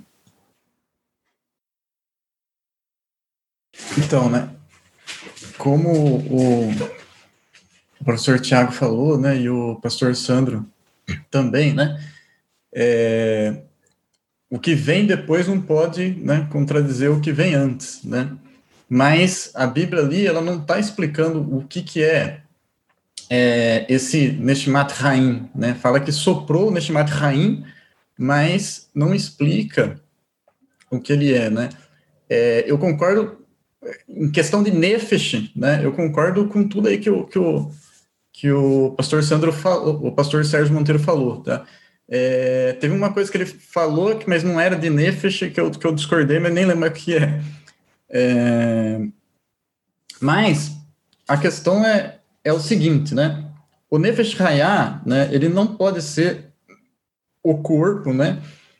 Então, né, como o, o professor Tiago falou, né, e o pastor Sandro também, né, é, o que vem depois não pode, né, contradizer o que vem antes, né? Mas a Bíblia ali, ela não está explicando o que, que é, é esse Neshmat Haim, né? Fala que soprou o Neshmat Haim, mas não explica o que ele é, né? É, eu concordo, em questão de Nefesh, né? Eu concordo com tudo aí que o, que o, que o pastor Sandro falou, o pastor Sérgio Monteiro falou, tá? É, teve uma coisa que ele falou, mas não era de Nefesh, que eu, que eu discordei, mas nem lembro o que é. É, mas a questão é, é o seguinte, né? O Nefesh Hayah, né, ele não pode ser o corpo, né?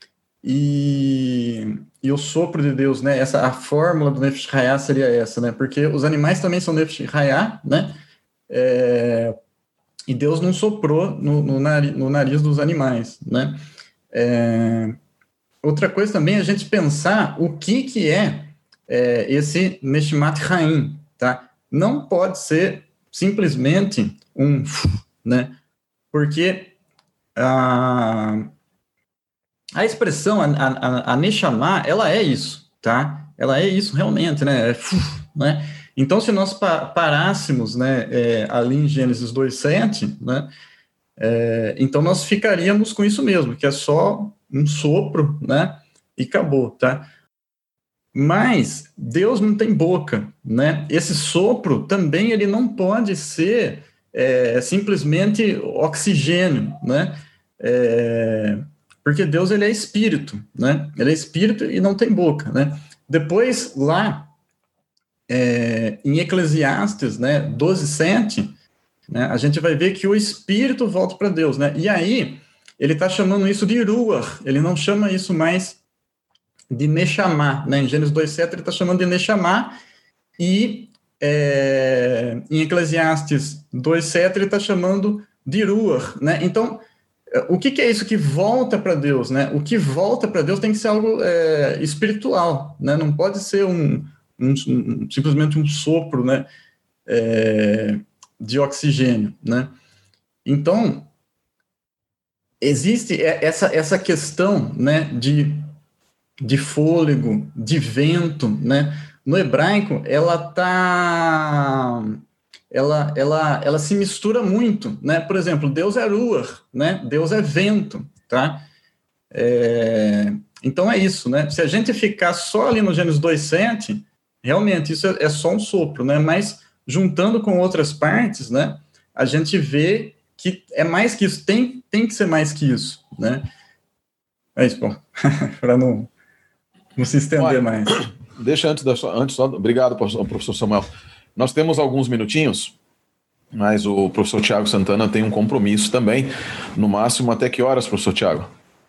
E, e o sopro de Deus, né? Essa, a fórmula do Nefesh Hayah seria essa, né? Porque os animais também são Nefesh Hayah, né? É, e Deus não soprou no, no, nariz, no nariz dos animais, né? É, outra coisa também é a gente pensar o que que é É, esse Neshmat Haim, tá? Não pode ser simplesmente um, né? Porque a, a expressão, a, a, a Neshama, ela é isso, tá? Ela é isso realmente, né? É, né? Então, se nós pa parássemos, né, é, ali em Gênesis dois, sete, né? É, então nós ficaríamos com isso mesmo, que é só um sopro, né? E acabou, tá? Mas Deus não tem boca, né? Esse sopro também ele não pode ser é, simplesmente oxigênio, né? É, porque Deus ele é espírito, né? Ele é espírito e não tem boca, né? Depois lá é, em Eclesiastes, né? doze, sete, né? A gente vai ver que o espírito volta para Deus, né? E aí ele está chamando isso de ruach, ele não chama isso mais de Neshama, né? Em Gênesis dois, sete ele está chamando de Neshama, e é, em Eclesiastes dois, sete ele está chamando de Ruach, né? Então, o que, que é isso que volta para Deus, né? O que volta para Deus tem que ser algo é, espiritual, né? Não pode ser um, um, um simplesmente um sopro, né? É, de oxigênio, né? Então, existe essa, essa questão, né, de de fôlego, de vento, né? No hebraico, ela tá, ela, ela, ela se mistura muito, né? Por exemplo, Deus é ruach, né? Deus é vento, tá? É, então é isso, né? Se a gente ficar só ali no Gênesis dois, sete, realmente isso é, é só um sopro, né? Mas juntando com outras partes, né? A gente vê que é mais que isso, tem, tem que ser mais que isso, né? É isso, bom, para não, não se estender Olha, mais. Deixa antes, da, antes só, obrigado, professor Samuel. Nós temos alguns minutinhos, mas o professor Tiago Santana tem um compromisso também, no máximo até que horas, professor Tiago?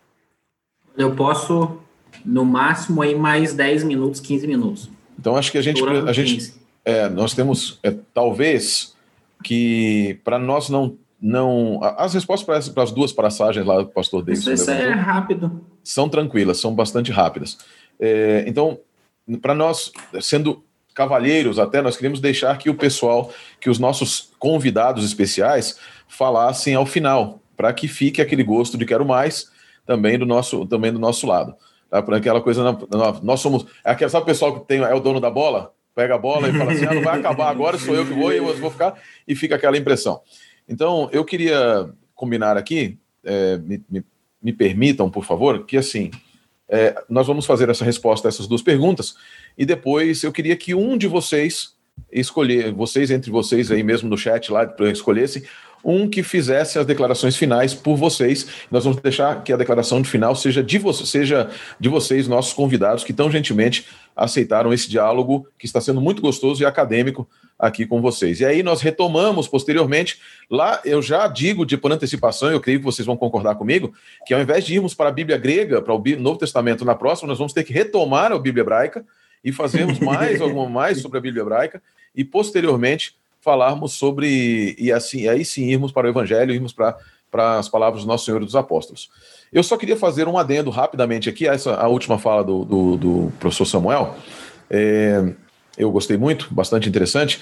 Eu posso, no máximo, aí mais dez minutos, quinze minutos. Então, acho que a gente... A gente é, nós temos, é, talvez, que para nós não... não as respostas para as duas passagens lá do pastor Davidson... Isso, isso é rápido. São tranquilas, são bastante rápidas. É, então, para nós, sendo cavalheiros até, nós queríamos deixar que o pessoal, que os nossos convidados especiais falassem ao final, para que fique aquele gosto de quero mais... também do nosso, também do nosso lado. Tá? Por aquela coisa, nós somos... É aquele, sabe o pessoal que tem, é o dono da bola? Pega a bola e fala assim, ah, não vai acabar agora, sou eu que vou e eu vou ficar, e fica aquela impressão. Então, eu queria combinar aqui, é, me, me, me permitam, por favor, que assim, é, nós vamos fazer essa resposta a essas duas perguntas, e depois eu queria que um de vocês escolher, vocês entre vocês aí mesmo no chat lá, escolhessem um que fizesse as declarações finais por vocês. Nós vamos deixar que a declaração de final seja de, vo seja de vocês, nossos convidados, que tão gentilmente aceitaram esse diálogo, que está sendo muito gostoso e acadêmico aqui com vocês. E aí nós retomamos posteriormente, lá eu já digo de por antecipação, eu creio que vocês vão concordar comigo, que ao invés de irmos para a Bíblia grega, para o Novo Testamento na próxima, nós vamos ter que retomar a Bíblia hebraica e fazermos mais alguma mais sobre a Bíblia hebraica e posteriormente falarmos sobre, e assim, aí sim irmos para o Evangelho, irmos para, para as palavras do Nosso Senhor e dos Apóstolos. Eu só queria fazer um adendo rapidamente aqui, a, essa, a última fala do, do, do professor Samuel, é, eu gostei muito, bastante interessante,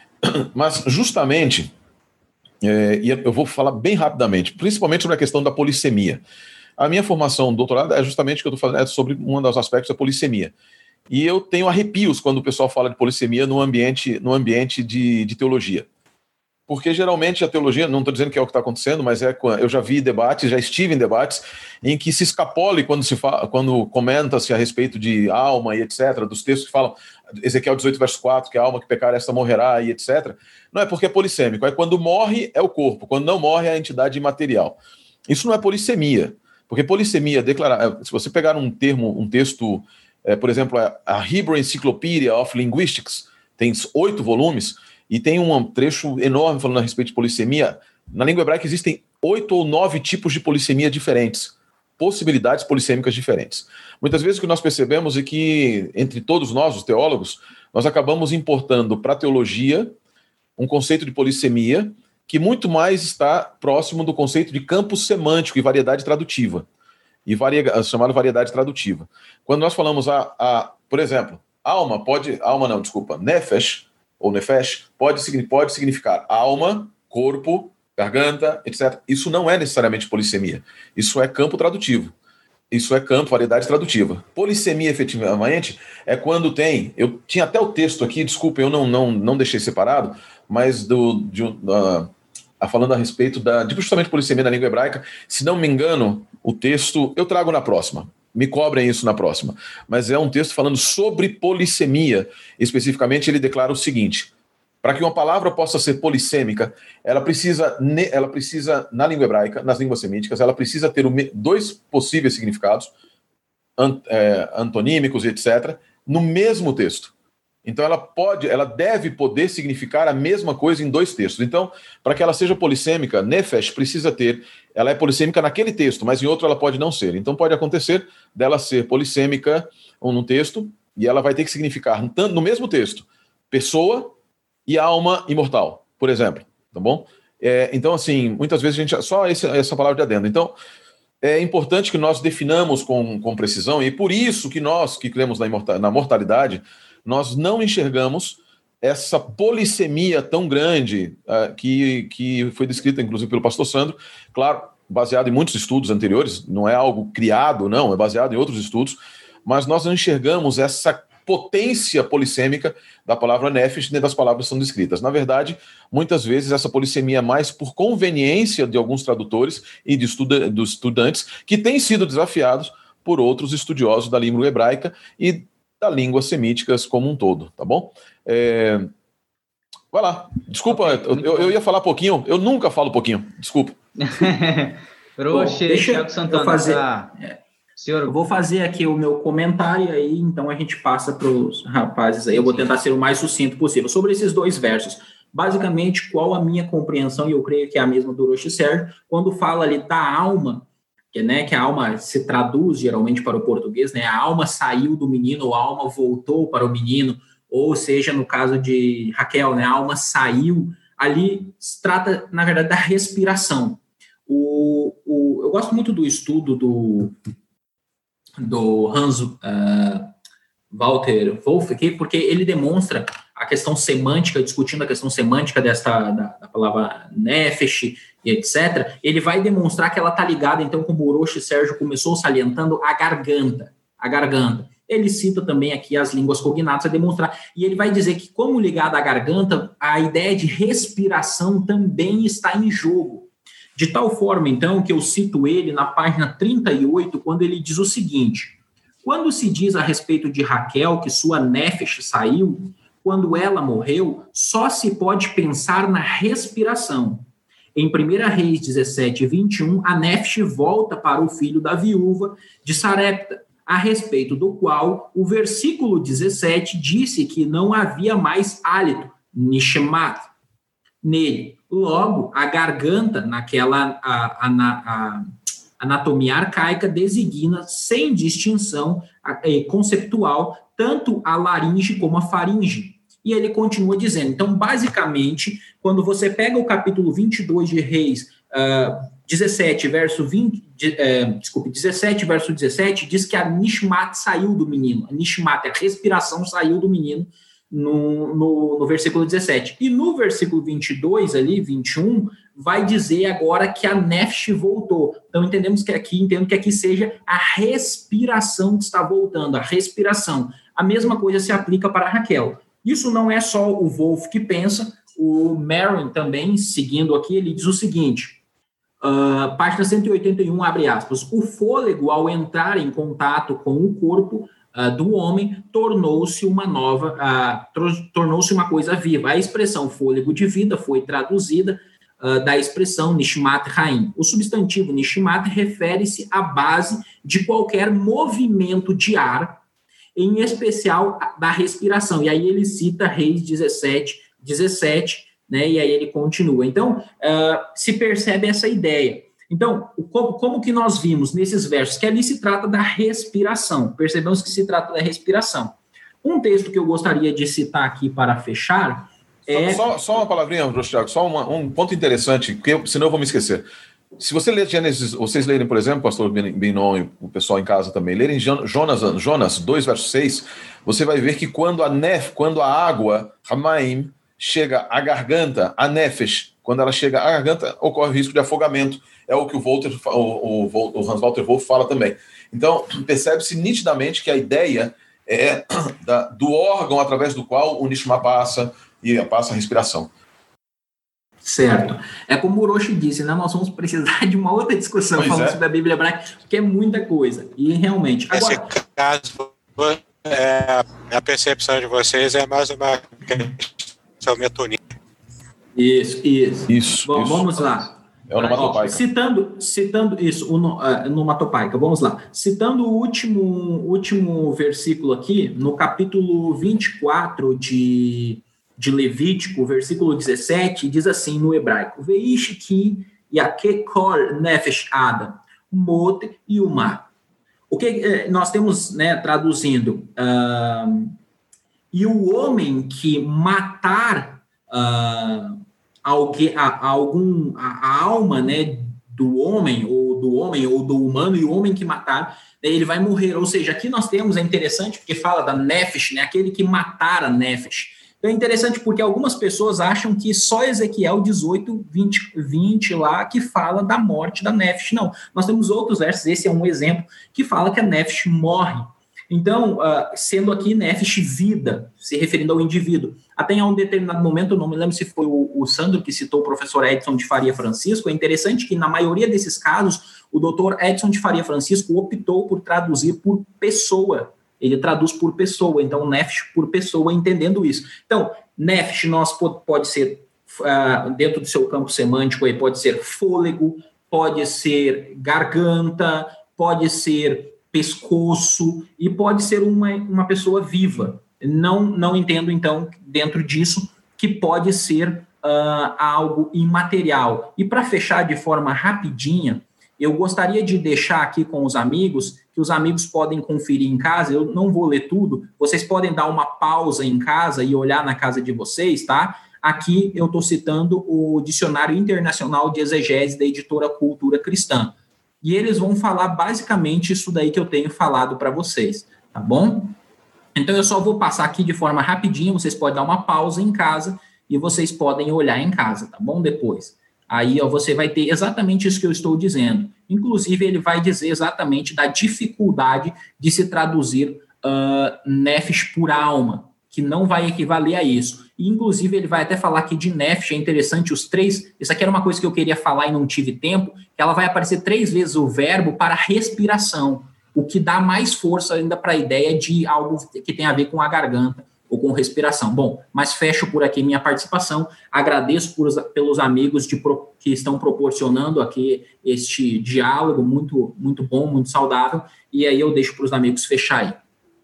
mas justamente, é, e eu vou falar bem rapidamente, principalmente sobre a questão da polissemia. A minha formação doutorado é justamente o que eu estou falando, é sobre um dos aspectos da polissemia. E eu tenho arrepios quando o pessoal fala de polissemia no ambiente, no ambiente de, de teologia. Porque geralmente a teologia, não estou dizendo que é o que está acontecendo, mas é, eu já vi debates, já estive em debates, em que se escapole quando, se fala, quando comenta-se a respeito de alma e etcétera, dos textos que falam, Ezequiel dezoito, verso quatro, que a alma que pecar, esta morrerá e etcétera. Não é porque é polissêmico, é quando morre é o corpo, quando não morre é a entidade imaterial. Isso não é polissemia, porque polissemia, declarar, se você pegar um termo, um texto... É, por exemplo, a Hebrew Encyclopedia of Linguistics tem oito volumes e tem um trecho enorme falando a respeito de polissemia. Na língua hebraica existem oito ou nove tipos de polissemia diferentes, possibilidades polissêmicas diferentes. Muitas vezes o que nós percebemos é que, entre todos nós, os teólogos, nós acabamos importando para a teologia um conceito de polissemia que muito mais está próximo do conceito de campo semântico e variedade tradutiva. E varia, chamado variedade tradutiva. Quando nós falamos, a, a, por exemplo, alma pode, alma não, desculpa, nefesh, ou nefesh, pode, pode significar alma, corpo, garganta, etcétera. Isso não é necessariamente polissemia. Isso é campo tradutivo. Isso é campo, variedade tradutiva. Polissemia, efetivamente, é quando tem... Eu tinha até o texto aqui, desculpa, eu não, não, não deixei separado, mas do... De, uh, falando a respeito da, de justamente polissemia na língua hebraica, se não me engano, o texto eu trago na próxima, me cobrem isso na próxima, mas é um texto falando sobre polissemia, especificamente ele declara o seguinte, para que uma palavra possa ser polissêmica, ela precisa, ela precisa na língua hebraica, nas línguas semíticas, ela precisa ter dois possíveis significados, ant, é, antonímicos, etcétera, no mesmo texto. Então ela pode, ela deve poder significar a mesma coisa em dois textos. Então, para que ela seja polissêmica, nefesh precisa ter, ela é polissêmica naquele texto, mas em outro ela pode não ser. Então pode acontecer dela ser polissêmica num texto e ela vai ter que significar no mesmo texto pessoa e alma imortal, por exemplo, tá bom? É, então assim, muitas vezes a gente só esse, essa palavra de adendo. Então é importante que nós definamos com, com precisão e por isso que nós que cremos na, imorta, na mortalidade nós não enxergamos essa polissemia tão grande uh, que, que foi descrita, inclusive, pelo pastor Sandro, claro, baseado em muitos estudos anteriores, não é algo criado, não, é baseado em outros estudos, mas nós não enxergamos essa potência polissêmica da palavra nefesh, nem das palavras que são descritas. Na verdade, muitas vezes essa polissemia é mais por conveniência de alguns tradutores e de estuda- dos estudantes que têm sido desafiados por outros estudiosos da língua hebraica e da língua semíticas como um todo, tá bom? É... Vai lá. Desculpa, eu, eu ia falar pouquinho, eu nunca falo pouquinho, desculpa. Roche, deixa Thiago Santana, eu fazer... tá? Senhor... Eu vou fazer aqui o meu comentário aí, então a gente passa para os rapazes aí. Eu vou tentar ser o mais sucinto possível. Sobre esses dois versos, basicamente, qual a minha compreensão, e eu creio que é a mesma do Roche Sérgio, quando fala ali da alma, que, né, que a alma se traduz geralmente para o português, né, a alma saiu do menino, ou a alma voltou para o menino, ou seja, no caso de Raquel, né, a alma saiu, ali se trata, na verdade, da respiração. O, o, eu gosto muito do estudo do... do Hans uh, Walter Wolff aqui, porque ele demonstra a questão semântica, discutindo a questão semântica dessa, da, da palavra nefesh e etcétera. Ele vai demonstrar que ela está ligada, então, como o Roche Sérgio começou salientando, a garganta, a garganta. Ele cita também aqui as línguas cognatas a demonstrar, e ele vai dizer que, como ligada à garganta, a ideia de respiração também está em jogo. De tal forma, então, que eu cito ele na página trinta e oito, quando ele diz o seguinte: quando se diz a respeito de Raquel que sua nefesh saiu, quando ela morreu, só se pode pensar na respiração. Em primeira Reis dezessete, vinte e um, a nefesh volta para o filho da viúva de Sarepta, a respeito do qual o versículo dezessete disse que não havia mais hálito, nishmat, nele. Logo, a garganta, naquela a, a, a anatomia arcaica, designa, sem distinção conceptual, tanto a laringe como a faringe. E ele continua dizendo, então, basicamente, quando você pega o capítulo vinte e dois de Reis, uh, dezessete, verso vinte, uh, desculpe, dezessete, verso dezessete, diz que a nishmat saiu do menino. A nishmat, a respiração saiu do menino, No, no, no versículo dezessete. E no versículo vinte e dois, ali, vinte e um, vai dizer agora que a nefesh voltou. Então, entendemos que aqui, entendo que aqui seja a respiração que está voltando, a respiração. A mesma coisa se aplica para Raquel. Isso não é só o Wolff que pensa, o Merrin também, seguindo aqui, ele diz o seguinte, uh, página cento e oitenta e um, abre aspas, o fôlego, ao entrar em contato com o corpo, Uh, do homem, tornou-se uma nova, uh, tornou-se uma coisa viva. A expressão fôlego de vida foi traduzida uh, da expressão nishmat haim. O substantivo nishmat refere-se à base de qualquer movimento de ar, em especial da respiração. E aí ele cita Reis dezessete, dezessete, né, e aí ele continua. Então, uh, se percebe essa ideia. Então, como, como que nós vimos nesses versos? Que ali se trata da respiração. Percebemos que se trata da respiração. Um texto que eu gostaria de citar aqui para fechar é... Só, só, só uma palavrinha, Thiago, só uma, um ponto interessante, porque eu, senão eu vou me esquecer. Se você ler Gênesis, vocês lerem, por exemplo, o pastor Binon e o pessoal em casa também, lerem Jonas, Jonas dois, verso seis, você vai ver que quando a nef, quando a água, Hamaim, chega à garganta, a nefesh, quando ela chega à garganta, ocorre o risco de afogamento. É o que o, Walter, o, o, o Hans Walter Wolff fala também. Então, percebe-se nitidamente que a ideia é da, do órgão através do qual o Nishma passa e passa a respiração. Certo. É como o Roche disse, né? Nós vamos precisar de uma outra discussão pois falando é. sobre a Bíblia hebraica, porque é muita coisa. E realmente... Nesse agora... caso, é, a percepção de vocês é mais uma questão metonímica. Isso, isso. Isso, Bom, isso. Vamos lá. É onomatopaica. Citando, citando isso, onomatopaica, vamos lá. Citando o último, último versículo aqui, no capítulo vinte e quatro de, de Levítico, versículo dezessete, diz assim no hebraico: Veish ki yakekor nefesh adam, mot yuma. O que nós temos, né, traduzindo? Uh, e o homem que matar... Uh, Alguém, a, a algum, a, a alma, né, do homem, ou do homem, ou do humano, e o homem que matar, né, ele vai morrer. Ou seja, aqui nós temos, é interessante, porque fala da nefesh, né, aquele que matar a nefesh. Então é interessante porque algumas pessoas acham que só Ezequiel dezoito, vinte, vinte lá, que fala da morte da nefesh. Não, nós temos outros versos, esse é um exemplo, que fala que a nefesh morre. Então, uh, sendo aqui nefesh vida, se referindo ao indivíduo. Até em um determinado momento, eu não me lembro se foi o, o Sandro que citou o professor Edson de Faria Francisco, é interessante que na maioria desses casos, o doutor Edson de Faria Francisco optou por traduzir por pessoa. Ele traduz por pessoa, então nefesh por pessoa, entendendo isso. Então, nefesh nós pode, pode ser, uh, dentro do seu campo semântico, aí, pode ser fôlego, pode ser garganta, pode ser pescoço e pode ser uma, uma pessoa viva. Não, não entendo, então, dentro disso, que pode ser uh, algo imaterial. E para fechar de forma rapidinha, eu gostaria de deixar aqui com os amigos, que os amigos podem conferir em casa, eu não vou ler tudo, vocês podem dar uma pausa em casa e olhar na casa de vocês, tá? Aqui eu estou citando o Dicionário Internacional de Exegese da editora Cultura Cristã. E eles vão falar basicamente isso daí que eu tenho falado para vocês, tá bom? Então eu só vou passar aqui de forma rapidinha, vocês podem dar uma pausa em casa e vocês podem olhar em casa, tá bom? Depois. Aí ó, você vai ter exatamente isso que eu estou dizendo. Inclusive ele vai dizer exatamente da dificuldade de se traduzir uh, nefesh por alma, que não vai equivaler a isso. E, inclusive, ele vai até falar aqui de nefesh, é interessante os três, isso aqui era uma coisa que eu queria falar e não tive tempo, que ela vai aparecer três vezes o verbo para respiração, o que dá mais força ainda para a ideia de algo que tem a ver com a garganta ou com respiração. Bom, mas fecho por aqui minha participação, agradeço por, pelos amigos de, que estão proporcionando aqui este diálogo muito, muito bom, muito saudável, e aí eu deixo para os amigos fechar aí.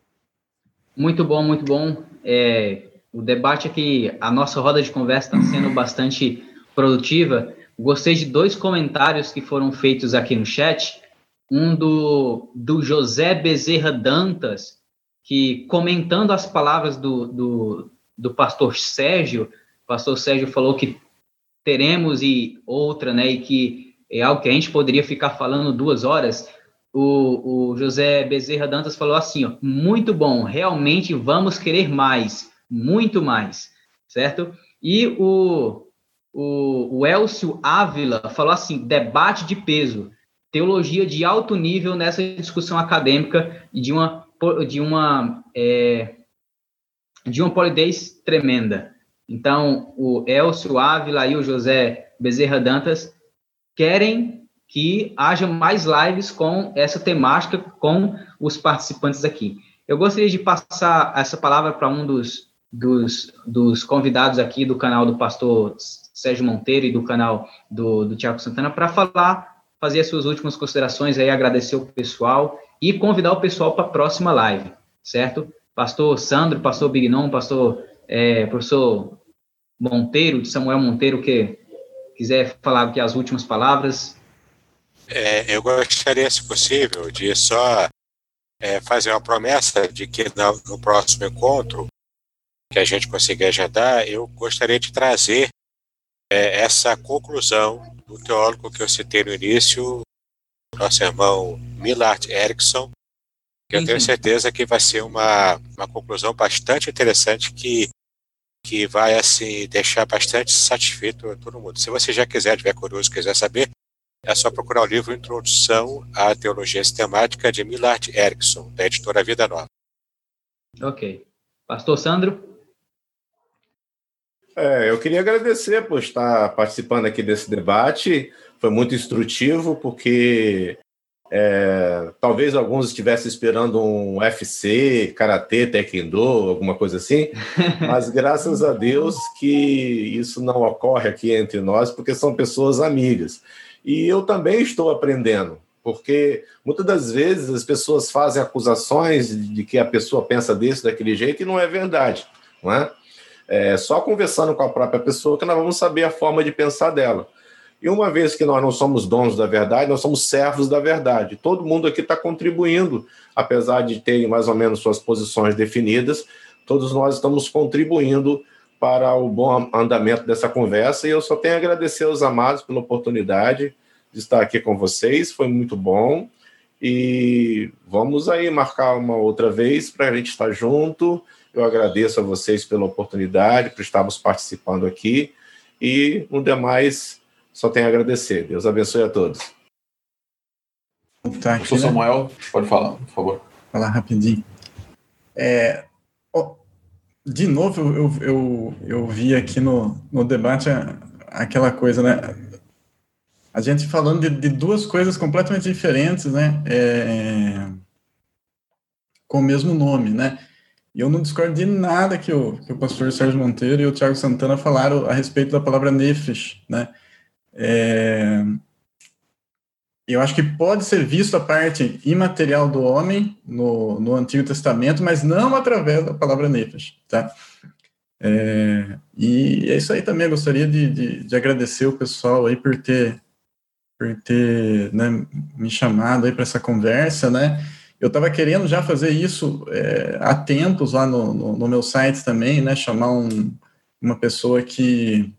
Muito bom, muito bom. É, o debate aqui, a nossa roda de conversa está sendo bastante produtiva. Gostei de dois comentários que foram feitos aqui no chat. Um do, do José Bezerra Dantas, que comentando as palavras do, do, do pastor Sérgio, o pastor Sérgio falou que teremos e outra, né, e que é algo que a gente poderia ficar falando duas horas. O, o José Bezerra Dantas falou assim, ó, muito bom, realmente vamos querer mais, muito mais, certo? E o, o, o Elcio Ávila falou assim, debate de peso, teologia de alto nível nessa discussão acadêmica e de uma, de uma, é, de uma polidez tremenda. Então, o Elcio Ávila e o José Bezerra Dantas querem que haja mais lives com essa temática, com os participantes aqui. Eu gostaria de passar essa palavra para um dos, dos, dos convidados aqui do canal do pastor Sérgio Monteiro e do canal do, do Tiago Santana para falar, fazer as suas últimas considerações, aí, agradecer o pessoal e convidar o pessoal para a próxima live, certo? Pastor Sandro, pastor Bignon, pastor, é, professor Monteiro, de Samuel Monteiro, que quiser falar aqui as últimas palavras. É, eu gostaria, se possível, de só é, fazer uma promessa de que no, no próximo encontro que a gente conseguir agendar, eu gostaria de trazer é, essa conclusão do teólogo que eu citei no início, nosso irmão Millard Erickson, que eu tenho certeza que vai ser uma, uma conclusão bastante interessante que, que vai assim, deixar bastante satisfeito a todo mundo. Se você já quiser, tiver curioso, quiser saber, é só procurar o livro Introdução à Teologia Sistemática de Millard Erickson, da editora Vida Nova. Ok. Pastor Sandro? É, eu queria agradecer por estar participando aqui desse debate. Foi muito instrutivo, porque é, talvez alguns estivessem esperando um U F C, Karatê, Taekwondo, alguma coisa assim, mas graças a Deus que isso não ocorre aqui entre nós, porque são pessoas amigas. E eu também estou aprendendo, porque muitas das vezes as pessoas fazem acusações de que a pessoa pensa desse, daquele jeito, e não é verdade, não é? É só conversando com a própria pessoa que nós vamos saber a forma de pensar dela. E uma vez que nós não somos donos da verdade, nós somos servos da verdade. Todo mundo aqui está contribuindo, apesar de terem mais ou menos suas posições definidas, todos nós estamos contribuindo para o bom andamento dessa conversa, e eu só tenho a agradecer aos amados pela oportunidade de estar aqui com vocês, foi muito bom, e vamos aí marcar uma outra vez para a gente estar junto. Eu agradeço a vocês pela oportunidade, por estarmos participando aqui, e no demais, só tenho a agradecer. Deus abençoe a todos. Tá, professor Samuel, pode falar, por favor. falar rapidinho. É, ó, de novo, eu, eu, eu vi aqui no, no debate a, aquela coisa, né? A gente falando de, de duas coisas completamente diferentes, né? É, com o mesmo nome, né? E eu não discordo de nada que o, que o pastor Sérgio Monteiro e o Tiago Santana falaram a respeito da palavra nefesh, né? É, eu acho que pode ser visto a parte imaterial do homem no, no Antigo Testamento, mas não através da palavra nefesh, tá? É, e é isso aí também, eu gostaria de, de, de agradecer o pessoal aí por ter, por ter, né, me chamado aí para essa conversa, né? Eu estava querendo já fazer isso é, há tempos lá no, no, no meu site também, né? Chamar um, uma pessoa que,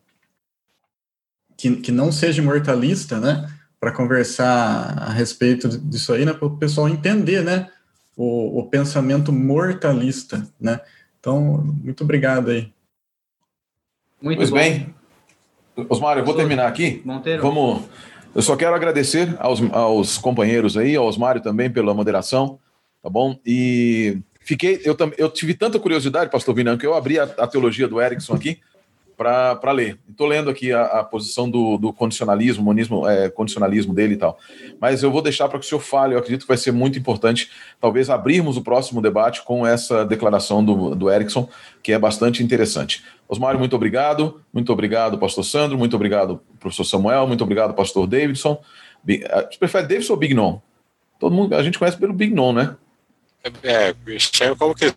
que, que não seja mortalista, né? Para conversar a respeito disso aí, né? Para o pessoal entender, né? O, o pensamento mortalista, né? Então, muito obrigado aí. Muito pois bom. bem. Osmar, eu vou terminar aqui. Monteiro. Vamos... Eu só quero agradecer aos, aos companheiros aí, ao Osmário também pela moderação, tá bom? E fiquei, eu, eu tive tanta curiosidade, pastor Vinão, que eu abri a, a teologia do Erickson aqui para ler. Estou lendo aqui a, a posição do, do condicionalismo, monismo, é, condicionalismo dele e tal. Mas eu vou deixar para que o senhor fale, eu acredito que vai ser muito importante, talvez abrirmos o próximo debate com essa declaração do, do Erickson, que é bastante interessante. Osmário, muito obrigado. Muito obrigado, pastor Sandro. Muito obrigado, professor Samuel. Muito obrigado, pastor Davidson. Você prefere Davidson ou Bignon? Todo mundo, a gente conhece pelo Bignon, né? É, me chama como quiser.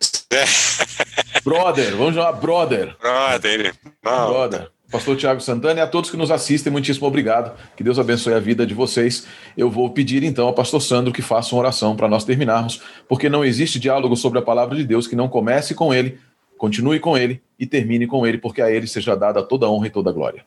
Brother, vamos chamar brother. Brother. Não. Brother. Pastor Tiago Santana e a todos que nos assistem, muitíssimo obrigado. Que Deus abençoe a vida de vocês. Eu vou pedir então ao pastor Sandro que faça uma oração para nós terminarmos, porque não existe diálogo sobre a palavra de Deus que não comece com ele, continue com ele e termine com ele, porque a ele seja dada toda a honra e toda a glória.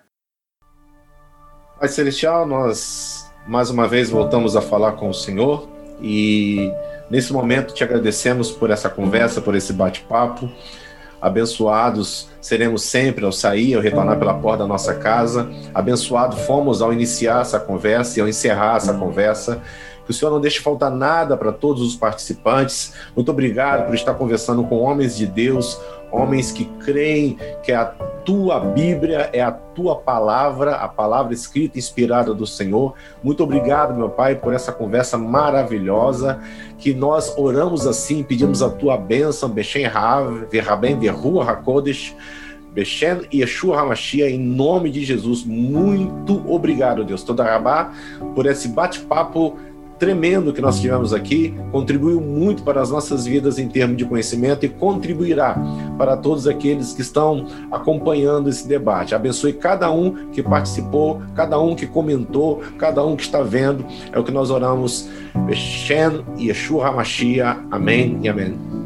Pai Celestial, nós mais uma vez voltamos a falar com o Senhor e nesse momento te agradecemos por essa conversa, por esse bate-papo. Abençoados seremos sempre ao sair, ao retornar pela porta da nossa casa. Abençoados fomos ao iniciar essa conversa e ao encerrar essa conversa. Que o Senhor não deixe faltar nada para todos os participantes. Muito obrigado por estar conversando com homens de Deus, homens que creem que a tua Bíblia é a tua palavra, a palavra escrita e inspirada do Senhor. Muito obrigado, meu Pai, por essa conversa maravilhosa, que nós oramos assim, pedimos a tua bênção, Beshem Rav, Verraben, Verrua HaKodesh, Beshem Yeshua HaMashiach, em nome de Jesus. Muito obrigado, Deus. Toda Rabá, por esse bate-papo tremendo que nós tivemos aqui, contribuiu muito para as nossas vidas em termos de conhecimento e contribuirá para todos aqueles que estão acompanhando esse debate. Abençoe cada um que participou, cada um que comentou, cada um que está vendo. É o que nós oramos. Beshem Yeshua HaMashiach. Amém e amém.